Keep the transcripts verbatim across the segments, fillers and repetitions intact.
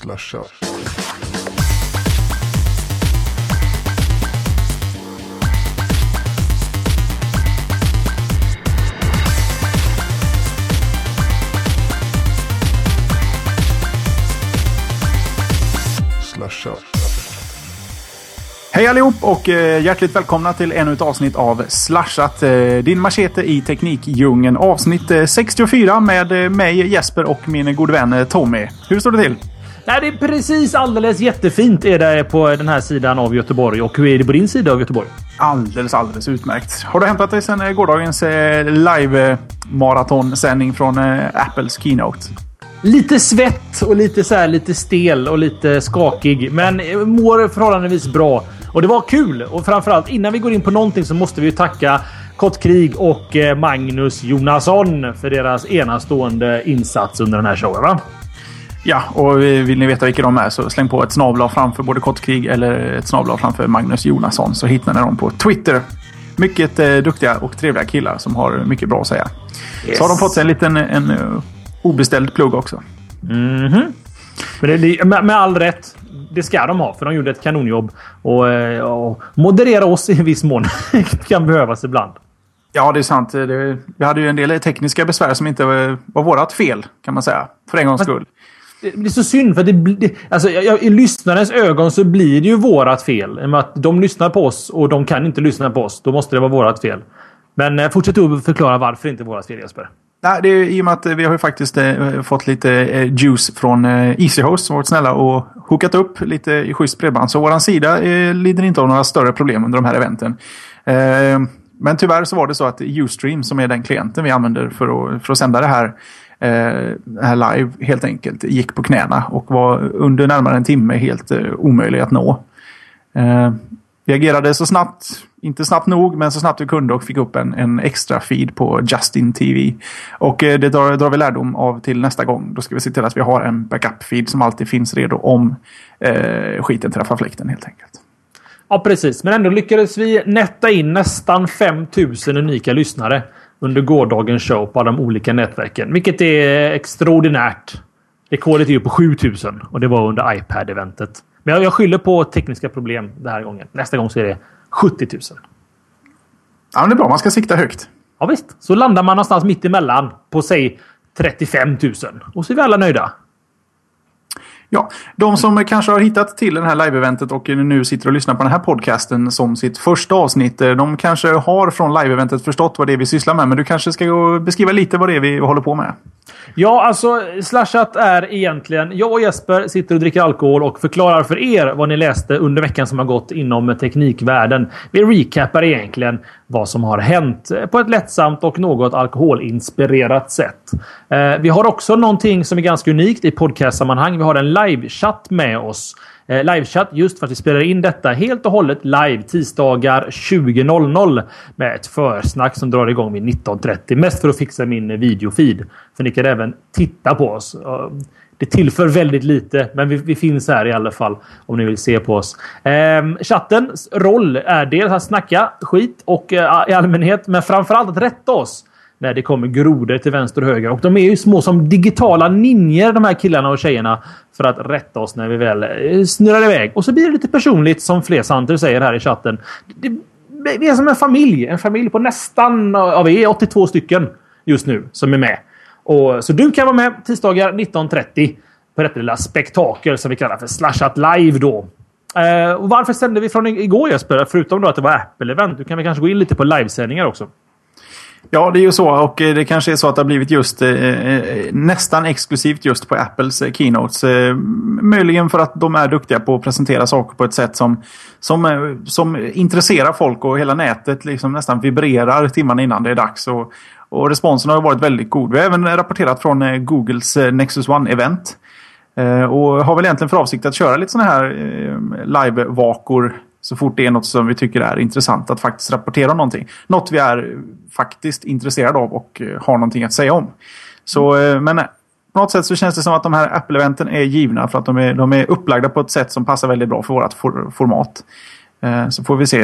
Slasha. Slasha. Hej allihop och hjärtligt välkomna till ännu ett avsnitt av Slashat, din machete i teknikdjungeln. Avsnitt sextiofyra med mig Jesper och min gode vän Tommy. Hur står det till? Nej, det är precis alldeles jättefint är det på den här sidan av Göteborg. Och hur är det på din sida av Göteborg? Alldeles, alldeles utmärkt. Har du hämtat dig sen gårdagens live-maratonsändning från Apples keynote? Lite svett och lite så här, lite stel och lite skakig. Men mår förhållandevis bra. Och det var kul. Och framförallt innan vi går in på någonting så måste vi ju tacka Kottkrig och Magnus Jonasson för deras enastående insats under den här showen, va? Ja, och vill ni veta vilka de är så släng på ett snabel framför både Kottkrig eller ett snabel framför Magnus Jonasson så hittar ni dem på Twitter. Mycket eh, duktiga och trevliga killar som har mycket bra att säga. Yes. Så har de fått en liten en, en obeställd plugg också. Mhm. Men det, med, med all rätt. Det ska de ha, för de gjorde ett kanonjobb. Och, och moderera oss i en viss mån kan behövas ibland. Ja, det är sant. Det, vi hade ju en del tekniska besvär som inte var, var vårat fel, kan man säga. För en gångs skull. Det, det är så synd, för det, det, alltså, jag, i lyssnarens ögon så blir det ju vårat fel. I och med att de lyssnar på oss och de kan inte lyssna på oss. Då måste det vara vårat fel. Men fortsätt att förklara varför inte vårat fel, Jesper. Nej, det är i och med att vi har ju faktiskt eh, fått lite eh, juice från eh, EasyHost som varit snälla och hookat upp lite i schysst bredband. Så våran sida eh, lider inte av några större problem under de här eventen. Eh, men tyvärr så var det så att Ustream, som är den klienten vi använder för att, för att sända det här, eh, det här live, helt enkelt gick på knäna och var under närmare en timme helt eh, omöjlig att nå. Eh, vi agerade så snabbt, inte snabbt nog, men så snabbt vi kunde och fick upp en, en extra feed på Justin T V. Och eh, det drar, drar vi lärdom av till nästa gång. Då ska vi se till att vi har en backup-feed som alltid finns redo om eh, skiten träffar fläkten, helt enkelt. Ja, precis. Men ändå lyckades vi nätta in nästan fem tusen unika lyssnare under gårdagens show på de olika nätverken. Vilket är extraordinärt. Rekordet är ju på sju tusen och det var under iPad-eventet. Men jag, jag skyller på tekniska problem den här gången. Nästa gång så är det sjuttio tusen. Ja, men det är bra. Man ska sikta högt. Ja, visst. Så landar man någonstans mitt emellan på, säg, trettiofem tusen. Och så är vi alla nöjda. Ja, de som kanske har hittat till det här live-eventet och nu sitter och lyssnar på den här podcasten som sitt första avsnitt, de kanske har från live-eventet förstått vad det är vi sysslar med, men du kanske ska beskriva lite vad det är vi håller på med. Ja, alltså Slashat är egentligen, jag och Jesper sitter och dricker alkohol och förklarar för er vad ni läste under veckan som har gått inom teknikvärlden. Vi recapar egentligen vad som har hänt på ett lättsamt och något alkoholinspirerat sätt. Eh, vi har också någonting som är ganska unikt i podcastsammanhang. Vi har en livechatt med oss. Eh, livechatt just för att vi spelar in detta helt och hållet live tisdagar tjugo noll noll med ett försnack som drar igång vid nitton trettio. Mest för att fixa min videofeed. För ni kan även titta på oss. Det tillför väldigt lite, men vi, vi finns här i alla fall om ni vill se på oss. Eh, chattens roll är dels att snacka skit och eh, i allmänhet, men framförallt att rätta oss när det kommer grodor till vänster och höger. Och de är ju små som digitala ninjer, de här killarna och tjejerna, för att rätta oss när vi väl snurrar iväg. Och så blir det lite personligt, som fler Santer säger här i chatten. Det, vi är som en familj. En familj på nästan, ja, vi är åttiotvå stycken just nu som är med. Och, så du kan vara med tisdagar nitton trettio på detta lilla spektakel som vi kallar för Slashat Live då. Eh, och varför sände vi från igår, Jesper? Förutom då att det var Apple-event. Du kan väl kanske gå in lite på livesändningar också. Ja, det är ju så, och det kanske är så att det har blivit just eh, nästan exklusivt just på Apples eh, keynotes. Eh, möjligen för att de är duktiga på att presentera saker på ett sätt som, som, eh, som intresserar folk, och hela nätet liksom nästan vibrerar timmarna innan det är dags. Och, och responsen har varit väldigt god. Vi har även rapporterat från eh, Googles eh, Nexus One-event. Eh, och har väl egentligen för avsikt att köra lite såna här eh, live-vakor så fort det är något som vi tycker är intressant att faktiskt rapportera om någonting. Något vi är faktiskt intresserade av och har någonting att säga om. Så, men på något sätt så känns det som att de här Apple-eventen är givna för att de är, de är upplagda på ett sätt som passar väldigt bra för vårt for, format. Så får vi se.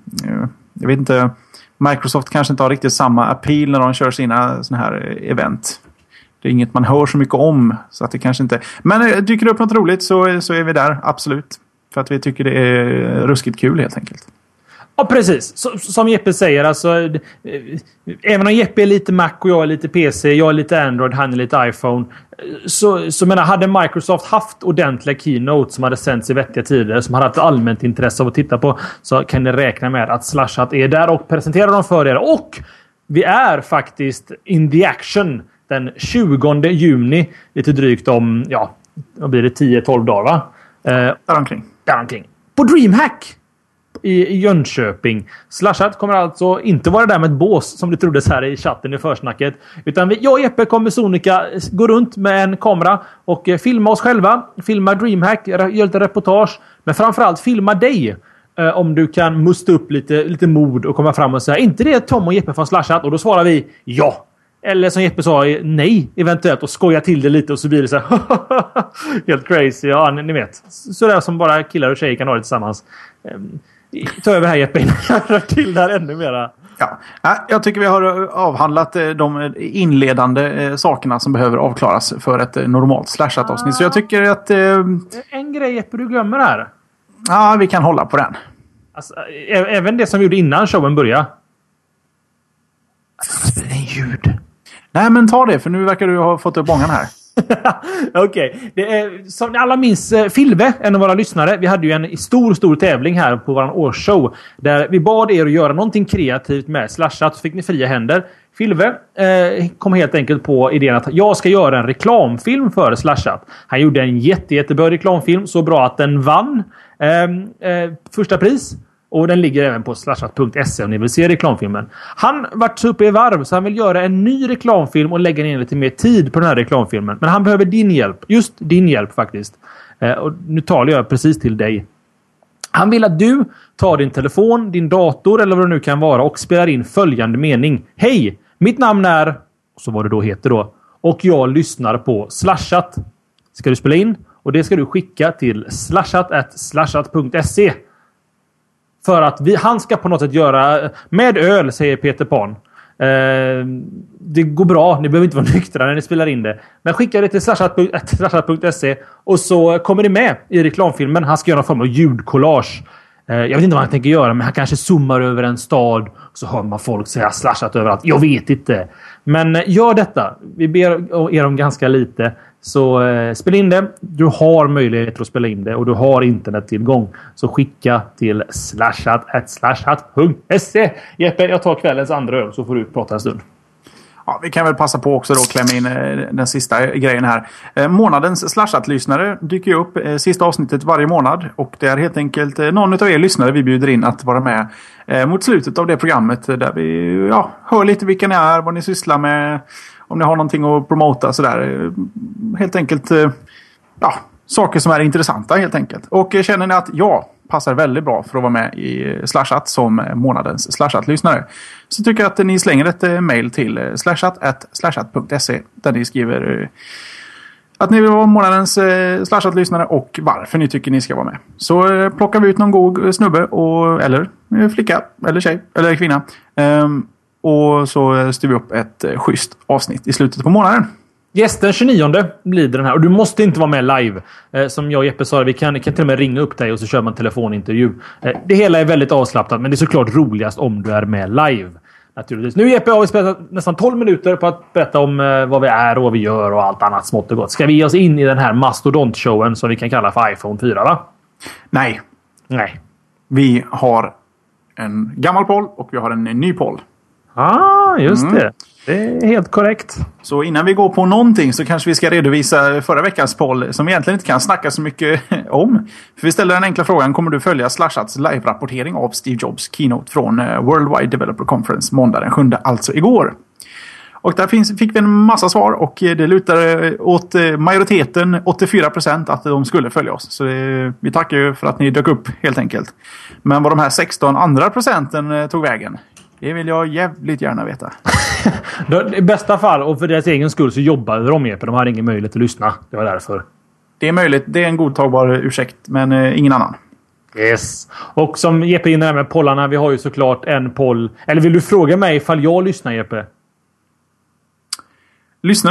Jag vet inte, Microsoft kanske inte har riktigt samma appeal när de kör sina såna här event. det är inget man hör så mycket om. Så att det kanske inte... Men dyker det upp något roligt så, så är vi där, absolut. För att vi tycker det är ruskigt kul helt enkelt. Ja, precis. Så, som Jeppe säger, alltså, även om Jeppe är lite Mac och jag är lite P C, jag är lite Android, han är lite iPhone. Så, så menar, hade Microsoft haft ordentliga keynote som hade sänts i vettiga tider, som hade haft allmänt intresse av att titta på, så kan ni räkna med att Slashat är där och presenterar dem för er. Och vi är faktiskt in the action den tjugonde juni, lite drygt om, ja, vad blir det, tio tolv dagar, va? Eh, däromkring. Däromkring. På DreamHack i Jönköping. Slashat kommer alltså inte vara där med ett bås som det troddes här i chatten i försnacket. Utan vi, jag och Jeppe kommer sonika gå runt med en kamera och eh, filma oss själva. Filma DreamHack, göra lite reportage. Men framförallt filma dig. Eh, om du kan musta upp lite, lite mod och komma fram och säga, inte det Tom och Jeppe från Slashat? Och då svarar vi ja. Eller som Jeppe sa, nej eventuellt, och skoja till det lite och så blir det så här helt crazy. Ja, ni, ni vet. Så där som bara killar och tjejer kan ha det tillsammans. Um, ta över här Jeppe innan jag rör till det här ännu mera. Ja, jag tycker vi har avhandlat de inledande sakerna som behöver avklaras för ett normalt Slashat-avsnitt. Så jag tycker att... En grej Jeppe du glömmer här. Ja, vi kan hålla på den. Alltså, även det som vi gjorde innan showen började. Det är ljud. Nej, men ta det, för nu verkar du ha fått upp ångan här. Okej. Okay. Som ni alla minns, Filve, en av våra lyssnare, vi hade ju en stor, stor tävling här på vår årsshow där vi bad er att göra någonting kreativt med Slashat, så fick ni fria händer. Filve eh, kom helt enkelt på idén att jag ska göra en reklamfilm för Slashat. Han gjorde en jätte, jättebra reklamfilm, så bra att den vann eh, eh, första pris. Och den ligger även på slashat punkt se om ni vill se reklamfilmen. Han vart så uppe i varv så han vill göra en ny reklamfilm och lägga ner lite mer tid på den här reklamfilmen. Men han behöver din hjälp. Just din hjälp faktiskt. Eh, och nu talar jag precis till dig. Han vill att du tar din telefon, din dator eller vad det nu kan vara och spelar in följande mening. Hej, mitt namn är... Så vad det då heter då. Och jag lyssnar på Slashat. Ska du spela in? Och det ska du skicka till slashat at slashat punkt se. För att vi, han ska på något sätt göra med öl, säger Peter Pan. Eh, det går bra, ni behöver inte vara nyktra när ni spelar in det. Men skicka det till slashat punkt se och så kommer det med i reklamfilmen. Han ska göra någon form av ljudkollage. Eh, jag vet inte vad han tänker göra, men han kanske zoomar över en stad och så hör man folk säga Slashat överallt. Jag vet inte. Men gör detta. Vi ber er om ganska lite. Så eh, spela in det. Du har möjlighet att spela in det och du har internettillgång. Så skicka till slashat at slashat punkt se. Jeppe, jag tar kvällens andra öl så får du prata en stund. Ja, vi kan väl passa på också då att klämma in eh, den sista grejen här. Eh, månadens Slashat-lyssnare dyker ju upp eh, sista avsnittet varje månad. Och det är helt enkelt eh, någon av er lyssnare vi bjuder in att vara med eh, mot slutet av det programmet. Där vi ja, hör lite vilka ni är, vad ni sysslar med, om ni har någonting att promota sådär. Eh, helt enkelt eh, ja, saker som är intressanta helt enkelt. Och eh, känner ni att ja, passar väldigt bra för att vara med i Slashat som månadens Slashat-lyssnare, så tycker jag att ni slänger ett mejl till slashat at slashat punkt se där ni skriver att ni vill vara månadens Slashat-lyssnare och varför ni tycker ni ska vara med. Så plockar vi ut någon god snubbe och, eller flicka eller tjej eller kvinna och så styr vi upp ett schysst avsnitt i slutet på månaden. Yes, den tjugonionde blir det den här. Och du måste inte vara med live. Eh, som jag och Jeppe sa, vi kan, kan till och med ringa upp dig och så kör man telefonintervju. Eh, det hela är väldigt avslappnat, men det är såklart roligast om du är med live. Naturligtvis. Nu Jeppe har vi spelat nästan tolv minuter på att berätta om eh, vad vi är och vad vi gör och allt annat smått och gott. Ska vi ge oss in i den här mastodont-showen som vi kan kalla för iPhone fyra, va? Nej. Nej. Vi har en gammal poll och vi har en ny poll. Ah, just mm. det. Det är helt korrekt. Så innan vi går på någonting så kanske vi ska redovisa förra veckans poll som egentligen inte kan snacka så mycket om. För vi ställer den enkla frågan: kommer du följa Slashats live-rapportering av Steve Jobs keynote från Worldwide Developer Conference måndag den sjunde, alltså igår? Och där finns, fick vi en massa svar och det lutar åt majoriteten, åttiofyra procent, att de skulle följa oss. Så det, vi tackar ju för att ni dök upp helt enkelt. Men vad de här sexton andra procenten tog vägen, det vill jag jävligt gärna veta. I bästa fall, och för deras egen skull, så jobbade de med, för de hade ingen möjlighet att lyssna. Det var därför. Det är möjligt. Det är en godtagbar ursäkt, men eh, ingen annan. Yes. Och som Jeppe inne med pollarna, vi har ju såklart en poll. Eller vill du fråga mig ifall jag lyssnar, Jeppe? Lyssnar du?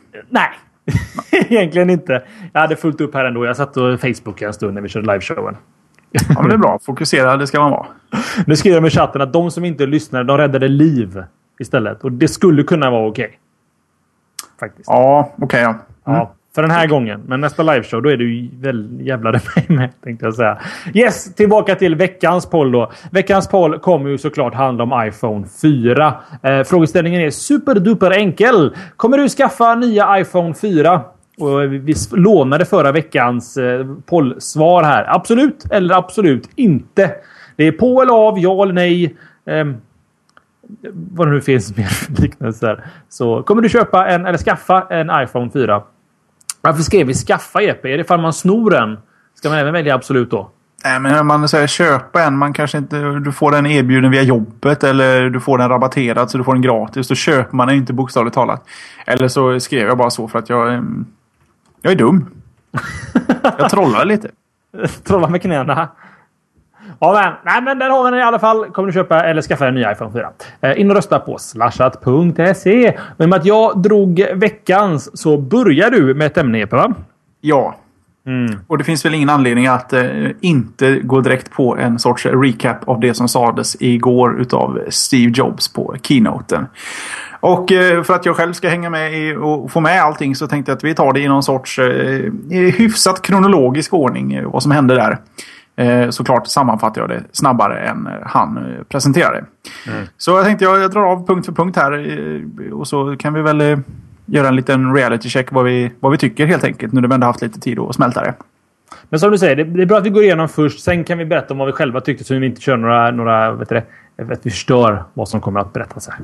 Nej, egentligen inte. Jag hade fullt upp här ändå. Jag satt och Facebookade en stund när vi körde liveshowen. Ja, men det är bra. Fokusera, det ska man vara. Nu skriver de i chatten att de som inte lyssnar, de räddade liv istället. Och det skulle kunna vara okej. Okay. Faktiskt. Ja, okej. Okay, ja. Mm. Ja, för den här gången. Men nästa liveshow, då är du ju väl jävlade mig med, tänkte jag säga. Yes, tillbaka till veckans poll då. Veckans poll kommer ju såklart handla om iPhone fyra. Eh, frågeställningen är superduper enkel. Kommer du skaffa nya iPhone fyra? Och vi lånade förra veckans eh, pollsvar här. Absolut eller absolut inte. Det är på eller av, ja eller nej. Eh, vad det nu finns mer liknelser. Så kommer du köpa en eller skaffa en iPhone fyra? Varför skrev vi skaffa E P? Är det för man snor den? Ska man även välja absolut då? Nej, men när man säger köpa en, man kanske inte, du får den erbjuden via jobbet eller du får den rabatterad så du får den gratis. Då köper man den inte bokstavligt talat. Eller så skrev jag bara så för att jag, jag är dum. Jag trollar lite. Trollar med knäna. Ja, men, nej, men där har vi den i alla fall. Kommer du köpa eller skaffa en ny iPhone fyra? Eh, in och rösta på slashat punkt se. Men med att jag drog veckans så börjar du med ett ämne, Epe, va? Ja. Mm. Och det finns väl ingen anledning att eh, inte gå direkt på en sorts recap av det som sades igår utav Steve Jobs på keynoten. Och eh, för att jag själv ska hänga med i, och få med allting så tänkte jag att vi tar det i någon sorts eh, hyfsat kronologisk ordning eh, vad som hände där. Eh, såklart sammanfattar jag det snabbare än eh, han eh, presenterade. Mm. Så jag tänkte jag, jag drar av punkt för punkt här eh, och så kan vi väl eh, göra en liten reality check vad vi, vad vi tycker helt enkelt. Nu när vi ändå haft lite tid att smälta det. Men som du säger, det, det är bra att vi går igenom först. Sen kan vi berätta om vad vi själva tyckte så vi inte kör några, några vet du det, att vi förstör vad som kommer att berättas här.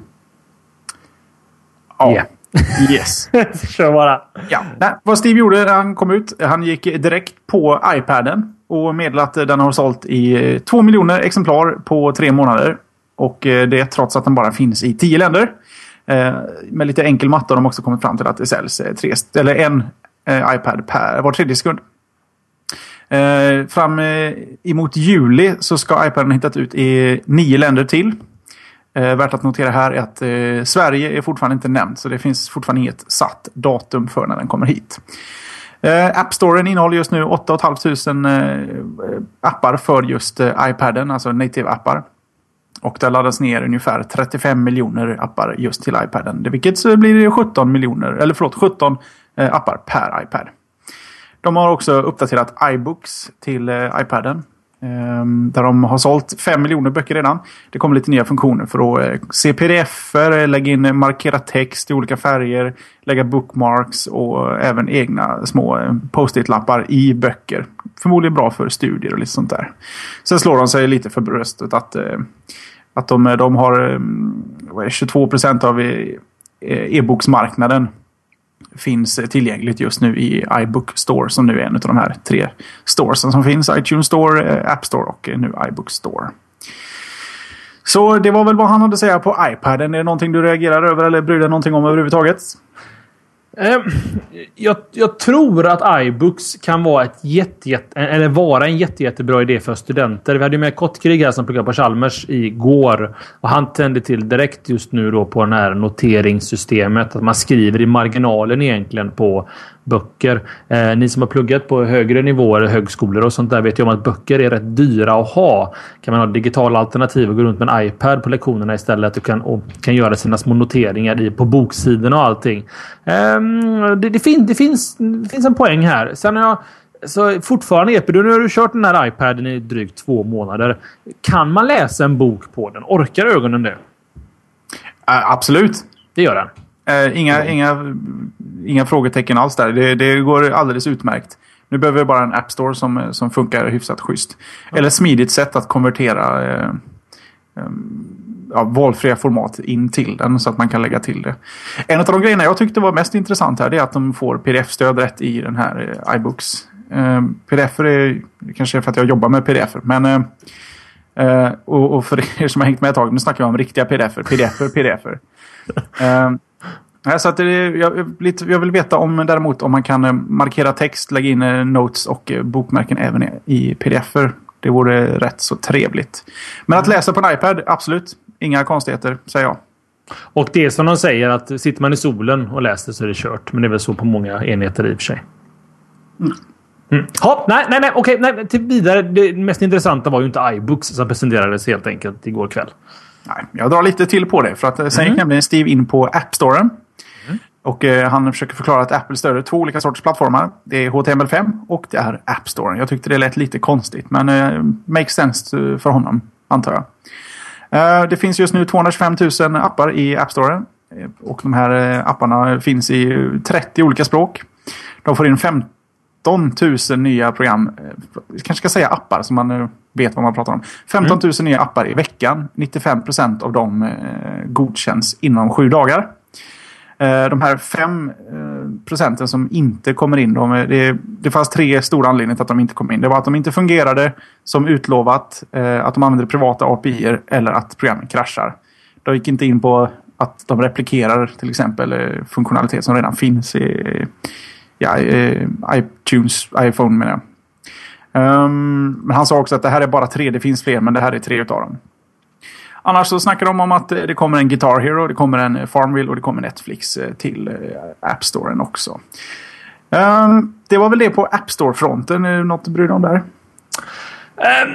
Ja. Yeah. Yes. Kör bara. Ja. Nej, vad Steve gjorde när han kom ut, han gick direkt på iPaden och meddelade att den har sålt i två miljoner exemplar på tre månader. Och det trots att den bara finns i tio länder. Eh, med lite enkel matte har de också kommit fram till att det säljs tre, eller en eh, iPad per var tredje sekund. Eh, fram eh, emot juli så ska iPaden hittat ut i nio länder till. Eh, värt att notera här är att eh, Sverige är fortfarande inte nämnt, så det finns fortfarande inget satt datum för när den kommer hit. Eh, App Storen innehåller just nu åtta tusen fem hundra eh, appar för just eh, iPaden, alltså native-appar. Och det laddas ner ungefär trettiofem miljoner appar just till iPaden. Det, vilket blir sjutton miljoner, eller förlåt, sjutton eh, appar per iPad. De har också uppdaterat iBooks till eh, iPaden. Eh, där de har sålt fem miljoner böcker redan. Det kommer lite nya funktioner för att eh, se pdf-er, lägga in markera text i olika färger, lägga bookmarks och eh, även egna små eh, post-it-lappar i böcker. Förmodligen bra för studier och lite sånt där. Sen slår de sig lite för bröstet att, eh, att de, de har eh, vad är, tjugotvå procent av e-boksmarknaden finns tillgängligt just nu i iBook Store som nu är en av de här tre storesen som finns. iTunes Store, App Store och nu iBook Store. Så det var väl vad han hade att säga på iPaden. Är det någonting du reagerar över eller bryr dig någonting om överhuvudtaget? Jag, jag tror att iBooks kan vara ett jätte, jätte, eller vara en jätte, jättebra idé för studenter. Vi hade ju med Kottkrig här som pluggade på Chalmers igår. Och han tände till direkt just nu då på den här noteringssystemet. Att man skriver i marginalen egentligen på böcker. Eh, ni som har pluggat på högre nivåer, högskolor och sånt där vet ju om att böcker är rätt dyra att ha. Kan man ha digitala alternativ och gå runt med en iPad på lektionerna istället och kan, och kan göra sina små noteringar i, på boksidorna och allting. Eh, det, det, fin, det, finns, det finns en poäng här. Sen har jag så fortfarande, Epe, nu har du kört den här iPaden i drygt två månader. Kan man läsa en bok på den? Orkar ögonen det? Uh, absolut. Det gör den. Uh, inga, mm. inga, inga frågetecken alls där. Det, det går alldeles utmärkt. Nu behöver vi bara en App Store som, som funkar hyfsat schysst. Mm. Eller smidigt sätt att konvertera uh, um, ja, valfria format in till den så att man kan lägga till det. En av de grejerna jag tyckte var mest intressant här är att de får pdf-stöd rätt i den här uh, iBooks. Uh, pdf är kanske för att jag jobbar med pdf, men uh, uh, och, och för er som har hängt med ett tag, nu snackar vi om riktiga pdf-er, pdf-er, pdf-er. Uh, så att det, jag, lite, jag vill veta om däremot om man kan uh, markera text, lägga in uh, notes och uh, bokmärken även i pdf-er. Det vore rätt så trevligt. Men att läsa på en iPad, absolut. Inga konstigheter, säger jag. Och det är som de säger, att sitter man i solen och läser så är det kört. Men det är väl så på många enheter i och för sig. Mm. Mm. Ha, nej, nej, nej, okej, nej, till vidare. Det mest intressanta var ju inte iBooks som presenterades helt enkelt igår kväll. Nej, jag drar lite till på det. För att sen gick mm. nämligen Steve in på App Storen. Mm. Och eh, han försöker förklara att Apple stöder två olika sorters plattformar. Det är H T M L fem och det är App Storen. Jag tyckte det lät lite konstigt. Men eh, makes sense för honom, antar jag. Eh, det finns just nu tvåhundratjugofem tusen appar i App Storen. Och de här eh, apparna finns i trettio olika språk. De får in femton tusen nya program. Jag kanske ska säga appar så man vet vad man pratar om. femton tusen mm. nya appar i veckan. nittiofem procent av dem eh, godkänns inom sju dagar. Eh, de här fem procenten som inte kommer in. De, det, det fanns tre stora anledningar till att de inte kom in. Det var att de inte fungerade som utlovat. Eh, att de använde privata A P I-er. Eller att programmen kraschar. De gick inte in på att de replikerar till exempel eh, funktionalitet som redan finns i... Ja, iTunes, iPhone menar jag. Um, men han sa också att det här är bara tre, det finns fler, men det här är tre utav dem. Annars så snackar de om att det kommer en Guitar Hero, det kommer en Farmville och det kommer Netflix till App Storen också. Um, det var väl det på App Store-fronten. Något att bry dig om där? Um,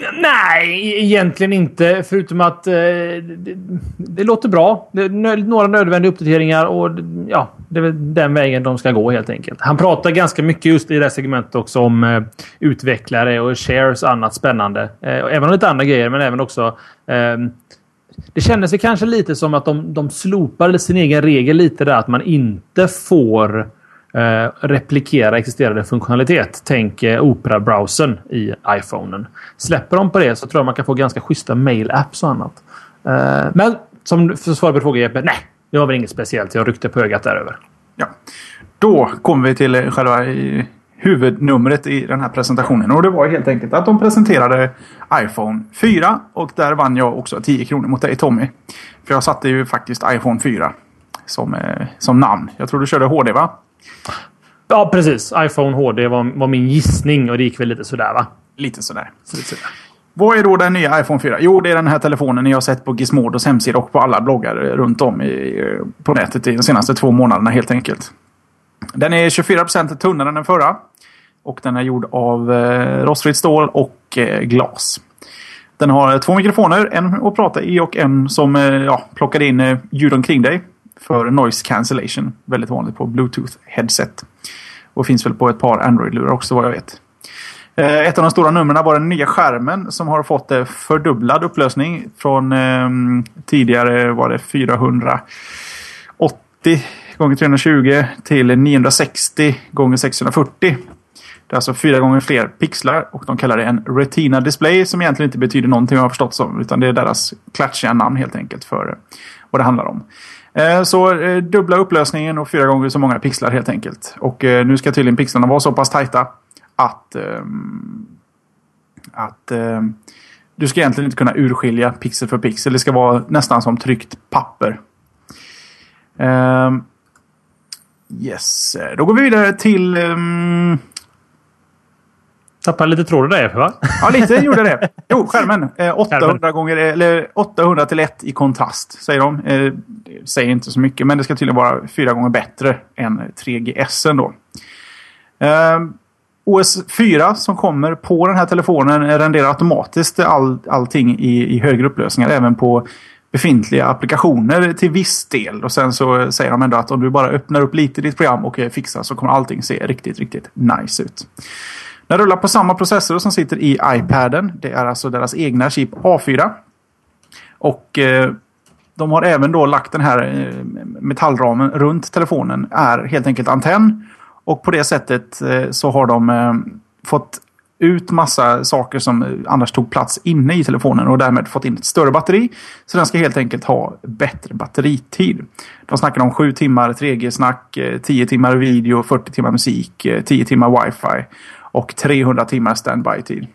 nej, egentligen inte. Förutom att uh, det, det låter bra. Det är några nödvändiga uppdateringar och ja, det är väl den vägen de ska gå helt enkelt. Han pratar ganska mycket just i det här segmentet också om uh, utvecklare och shares och annat spännande. Uh, även om lite andra grejer, men även också uh, det kändes ju kanske lite som att de, de slopade sin egen regel lite där, att man inte får Uh, replikera existerande funktionalitet. Tänk uh, Opera-browsern i iPhonen. Släpper de på det så tror jag man kan få ganska schyssta mail-apps och annat. Uh, men som för svar på frågan, Jeppe, nej, det var väl inget speciellt. Jag ryckte på ögat däröver. Ja. Då kommer vi till själva i, huvudnumret i den här presentationen. Och det var helt enkelt att de presenterade iPhone fyra. Och där vann jag också tio kronor mot dig, Tommy. För jag satte ju faktiskt iPhone fyra som, eh, som namn. Jag tror du körde H D, va? Ja, precis. iPhone H D var, var min gissning och det gick väl lite sådär, va? Lite sådär. Så lite sådär. Vad är då den nya iPhone fyra? Jo, det är den här telefonen jag har sett på Gizmodos hemsida och på alla bloggar runt om i, på nätet i de senaste två månaderna helt enkelt. Den är tjugofyra procent tunnare än den förra. Och den är gjord av eh, rostfritt stål och eh, glas. Den har två mikrofoner, en att prata i och en som eh, ja, plockar in eh, ljud omkring dig. För noise cancellation. Väldigt vanligt på Bluetooth headset. Och finns väl på ett par Android-lurar också vad jag vet. Eh, ett av de stora numren var den nya skärmen som har fått eh, fördubblad upplösning. Från eh, tidigare var det fyrahundraåttio gånger trehundratjugo till niohundrasextio gånger sexhundrafyrtio. Det är alltså fyra gånger fler pixlar och de kallar det en Retina display som egentligen inte betyder någonting jag har förstått som. Utan det är deras klatschiga namn helt enkelt för vad det handlar om. Så eh, dubbla upplösningen och fyra gånger så många pixlar helt enkelt. Och eh, nu ska tydligen pixlarna vara så pass tajta att, eh, att eh, du ska egentligen inte kunna urskilja pixel för pixel. Det ska vara nästan som tryckt papper. Eh, yes, då går vi vidare till... Eh, Tappar lite tråd där, va? Ja, lite gjorde det. Jo, skärmen. Eh, åttahundra gånger, eller åttahundra till ett i kontrast, säger de. Eh, det säger inte så mycket, men det ska tydligen vara fyra gånger bättre än tre G S då. Eh, O S fyra som kommer på den här telefonen renderar automatiskt all, allting i, i högre upplösningar, även på befintliga applikationer till viss del. Och sen så säger de ändå att om du bara öppnar upp lite i ditt program och fixar så kommer allting se riktigt, riktigt nice ut. Den rullar på samma processor som sitter i iPaden. Det är alltså deras egna chip A fyra. Och eh, de har även då lagt den här eh, metallramen runt telefonen. Är helt enkelt antenn. Och på det sättet eh, så har de eh, fått ut massa saker som annars tog plats inne i telefonen. Och därmed fått in ett större batteri. Så den ska helt enkelt ha bättre batteritid. De snackar om sju timmar tre G-snack, tio timmar video, fyrtio timmar musik, tio timmar wifi. Och trehundra timmar standby-tid.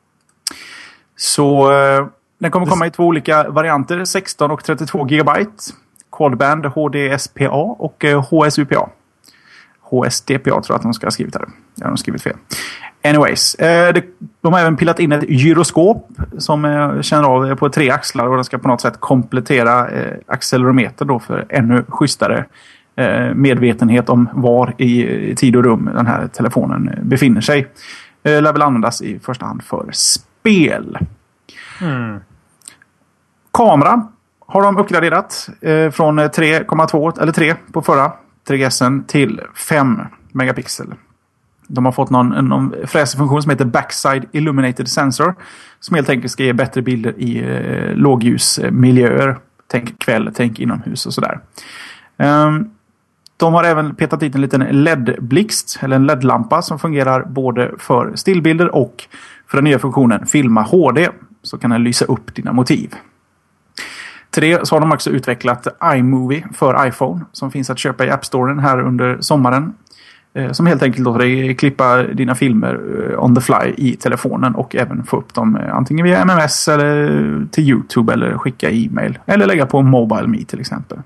Så eh, den kommer komma i två olika varianter. sexton och trettiotvå gigabyte. Quadband H D S P A och eh, H S U P A. H S D P A tror jag att de ska ha skrivit här. Ja, de har skrivit fel. Anyways, eh, det, de har även pillat in ett gyroskop som eh, känner av på tre axlar och den ska på något sätt komplettera eh, accelerometer då för ännu schysstare eh, medvetenhet om var i, i tid och rum den här telefonen eh, befinner sig. Eh, lär väl användas i första hand för spel. Mm. Kamera har de uppgraderat eh, från tre komma två eller tre på förra tre G S-en till fem megapixel. De har fått någon, någon fräsig funktion som heter Backside Illuminated Sensor som helt enkelt ska ge bättre bilder i eh, lågljusmiljöer. Tänk kväll, tänk inomhus och sådär. Um, de har även petat dit en liten L E D-blixt eller en L E D-lampa som fungerar både för stillbilder och för den nya funktionen Filma H D. Så kan den lysa upp dina motiv. Till det så har de också utvecklat iMovie för iPhone som finns att köpa i App Storen här under sommaren. Som helt enkelt låter dig klippa dina filmer on the fly i telefonen och även få upp dem antingen via M M S eller till YouTube eller skicka e-mail eller lägga på MobileMe till exempel.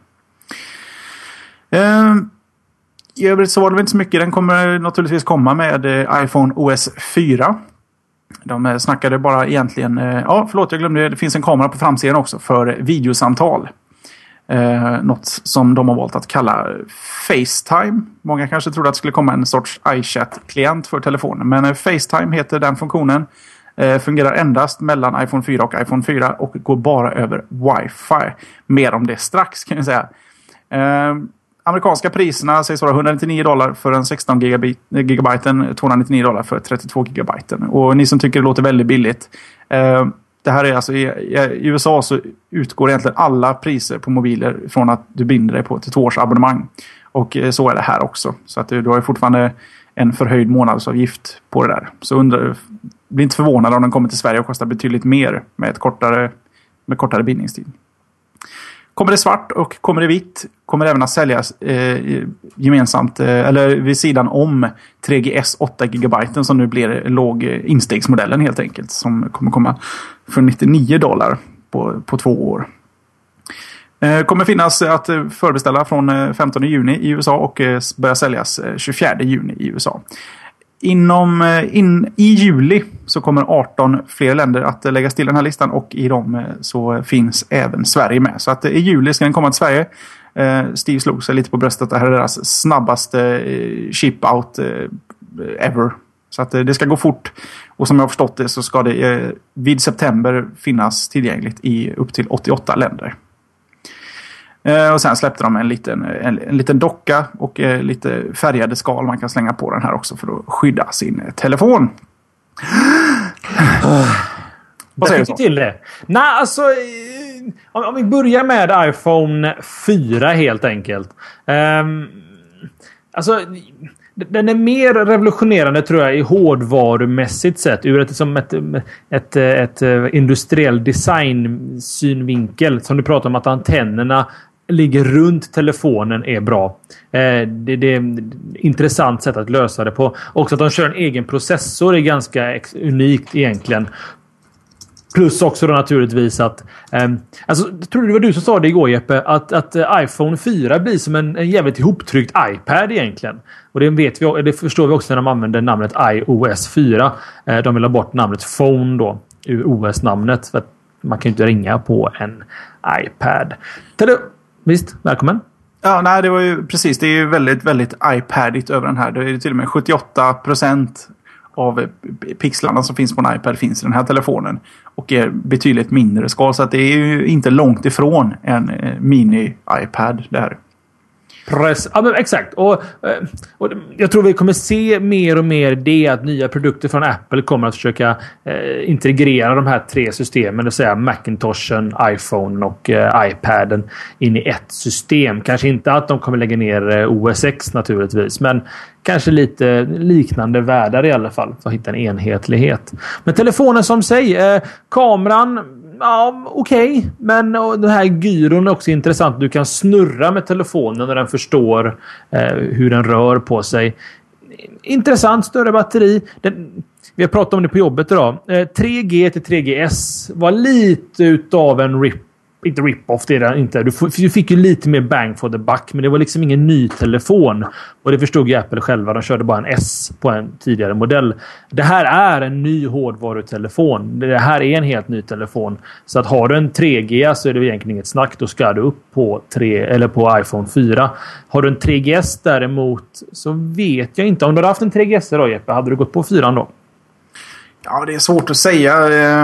I övrigt så var det inte så mycket. Den kommer naturligtvis komma med iPhone O S fyra. De snackade bara egentligen, ja förlåt jag glömde, det finns en kamera på framsidan också för videosamtal. Eh, något som de har valt att kalla FaceTime. Många kanske trodde att det skulle komma en sorts iChat-klient för telefonen. Men eh, FaceTime heter den funktionen. Eh, fungerar endast mellan iPhone fyra och iPhone fyra och går bara över Wi-Fi. Mer om det strax kan jag säga. Eh, amerikanska priserna sägs vara etthundranittionio dollar för en sexton gigabyte, tvåhundranittionio dollar för trettiotvå gigabyte. Och ni som tycker det låter väldigt billigt. Eh, Det här är alltså, i, i U S A så utgår egentligen alla priser på mobiler från att du binder dig på ett två års abonnemang. Och så är det här också. Så att du, du har ju fortfarande en förhöjd månadsavgift på det där. Så undrar, bli inte förvånad om den kommer till Sverige och kostar betydligt mer med ett kortare, med kortare bindningstid. Kommer det svart och kommer det vitt kommer det även att säljas eh, gemensamt eh, eller vid sidan om tre G S åtta gigabyte som nu blir låg instegsmodellen helt enkelt som kommer komma för nittionio dollar på, på två år. Eh, kommer finnas att förbeställa från femtonde juni i U S A och eh, börja säljas tjugofjärde juni i U S A. Inom, in, I juli så kommer arton fler länder att läggas till den här listan och i dem så finns även Sverige med. Så att i juli ska den komma till Sverige. Eh, Steve slog sig lite på bröstet. Det här är deras snabbaste eh, ship-out eh, ever. Så att eh, det ska gå fort. Och som jag har förstått det så ska det eh, vid september finnas tillgängligt i upp till åttioåtta länder. Och sen släppte de en liten, en, en liten docka och eh, lite färgade skal man kan slänga på den här också för att skydda sin telefon. Oh. Vad säger du till det? Nej, alltså om, om vi börjar med iPhone fyra helt enkelt. Um, alltså den är mer revolutionerande tror jag i hårdvarumässigt sett ur ett, som ett, ett, ett, ett industriell design synvinkel som du pratar om att antennerna ligger runt telefonen är bra. Eh, det, det är ett intressant sätt att lösa det på. Också att de kör en egen processor är ganska ex- unikt egentligen. Plus också då naturligtvis att eh, alltså, jag tror det var du som sa det igår Jeppe att, att uh, iPhone fyra blir som en, en jävligt ihoptryckt iPad egentligen. Och det vet vi, det förstår vi också när de använder namnet iOS fyra. Eh, de vill ha bort namnet Phone då ur O S-namnet för att man kan ju inte ringa på en iPad. Tada! Visst, välkommen. Ja, nej, det var ju precis. Det är ju väldigt, väldigt iPadigt över den här. Det är till och med sjuttioåtta procent av pixlarna som finns på en iPad finns i den här telefonen. Och är betydligt mindre skal. Så att det är ju inte långt ifrån en mini-iPad där. Press. Ja, men exakt. Och, och jag tror vi kommer se mer och mer det att nya produkter från Apple kommer att försöka eh, integrera de här tre systemen, det vill säga Macintoshen, iPhone och eh, iPaden in i ett system. Kanske inte att de kommer lägga ner eh, O S X naturligtvis, men kanske lite liknande världar i alla fall för att hitta en enhetlighet. Men telefonen som säger, eh, kameran ja, okej. Okay. Men den här gyron är också intressant. Du kan snurra med telefonen när den förstår eh, hur den rör på sig. Intressant, större batteri. Den, vi har pratat om det på jobbet idag. Eh, tre G till tre G S var lite utav en rip inte rip-off, det är det inte. Du, f- du fick ju lite mer bang for the buck, men det var liksom ingen ny telefon. Och det förstod ju Apple själva. De körde bara en S på en tidigare modell. Det här är en ny hårdvarutelefon. Det här är en helt ny telefon. Så att har du en tre G så är det egentligen inget snack. Då ska du upp på, tre, eller på iPhone fyra. Har du en tre G S däremot så vet jag inte. Om du hade haft en tre G S då, Jeppe, hade du gått på fyran då? Ja, det är svårt att säga.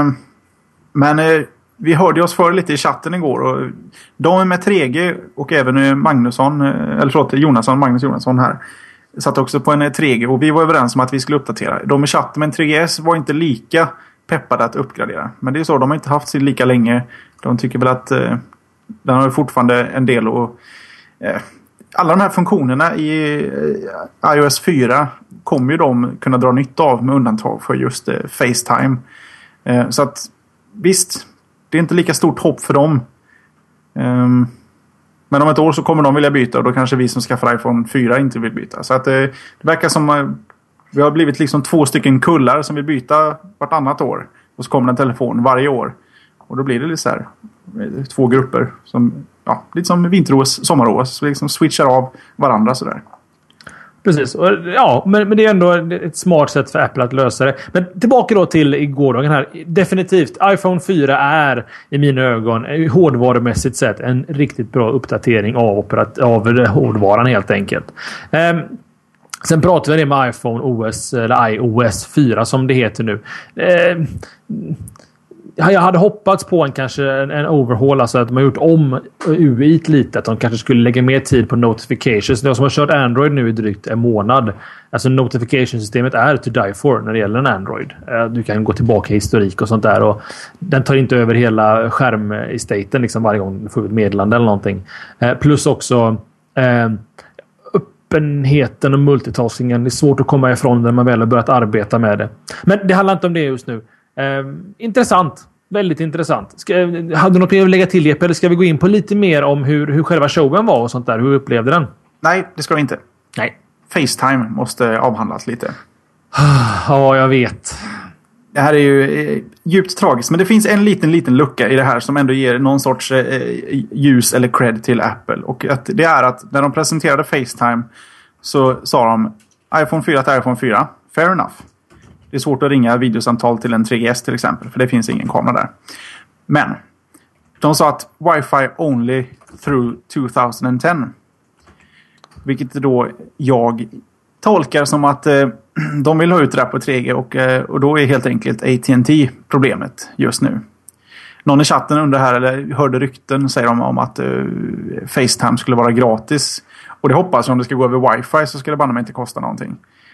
Men vi hörde oss för lite i chatten igår. Och de med tre G och även Magnusson, eller förlåt, Jonasson, Magnus Jonasson här, satt också på en tre G. Och vi var överens om att vi skulle uppdatera. De med chatten med en tre G S var inte lika peppade att uppgradera. Men det är så, de har inte haft sig lika länge. De tycker väl att eh, den har fortfarande en del. Och eh, alla de här funktionerna i eh, iOS fyra kommer ju de kunna dra nytta av med undantag för just eh, FaceTime. Eh, så att visst, det är inte lika stort hopp för dem. Um, men om ett år så kommer de vilja byta och då kanske vi som skaffar iPhone fyra inte vill byta. Så att eh, det verkar som uh, vi har blivit liksom två stycken kullar som vill byta vartannat år. Och så kommer en telefon varje år. Och då blir det lite så här två grupper som, ja, lite som vinter-O S, sommar-O S. Så liksom switchar av varandra sådär. Precis. Ja, men, men det är ändå ett smart sätt för Apple att lösa det. Men tillbaka då till gårdagen här. Definitivt, iPhone fyra är i mina ögon hårdvarumässigt sett en riktigt bra uppdatering av, operat- av hårdvaran helt enkelt. Um, sen pratar vi det med iPhone O S eller iOS fyra som det heter nu. Um, Jag hade hoppats på en kanske en, en overhaul, alltså att de har gjort om U I lite, att de kanske skulle lägga mer tid på notifications. De som har kört Android nu i drygt en månad. Alltså notification-systemet är to die for när det gäller en Android. Du kan gå tillbaka i historik och sånt där, och den tar inte över hela skärm-estaten liksom varje gång du får ett meddelande eller någonting. Plus också eh, öppenheten och multitaskingen. Det är svårt att komma ifrån när man väl har börjat arbeta med det. Men det handlar inte om det just nu. Eh, intressant. Väldigt intressant. Ska, hade du något mer att lägga till, Jeppe, eller ska vi gå in på lite mer om hur, hur själva showen var och sånt där? Hur upplevde den? Nej, det ska vi inte. Nej. FaceTime måste avhandlas lite. Ja, jag vet. Det här är ju eh, djupt tragiskt. Men det finns en liten, liten lucka i det här som ändå ger någon sorts eh, ljus eller cred till Apple. Och att det är att när de presenterade FaceTime så sa de iPhone fyra till iPhone fyra. Fair enough. Det är svårt att ringa videosamtal till en tre G S till exempel, för det finns ingen kamera där. Men de sa att Wi-Fi only through tjugo tio. Vilket då jag tolkar som att eh, de vill ha ut det där på tre G och, eh, och då är helt enkelt A T and T problemet just nu. Någon i chatten undrar här, eller hörde rykten säger de om att eh, FaceTime skulle vara gratis. Och det hoppas jag, om det ska gå över Wi-Fi så ska det bara inte kosta någonting.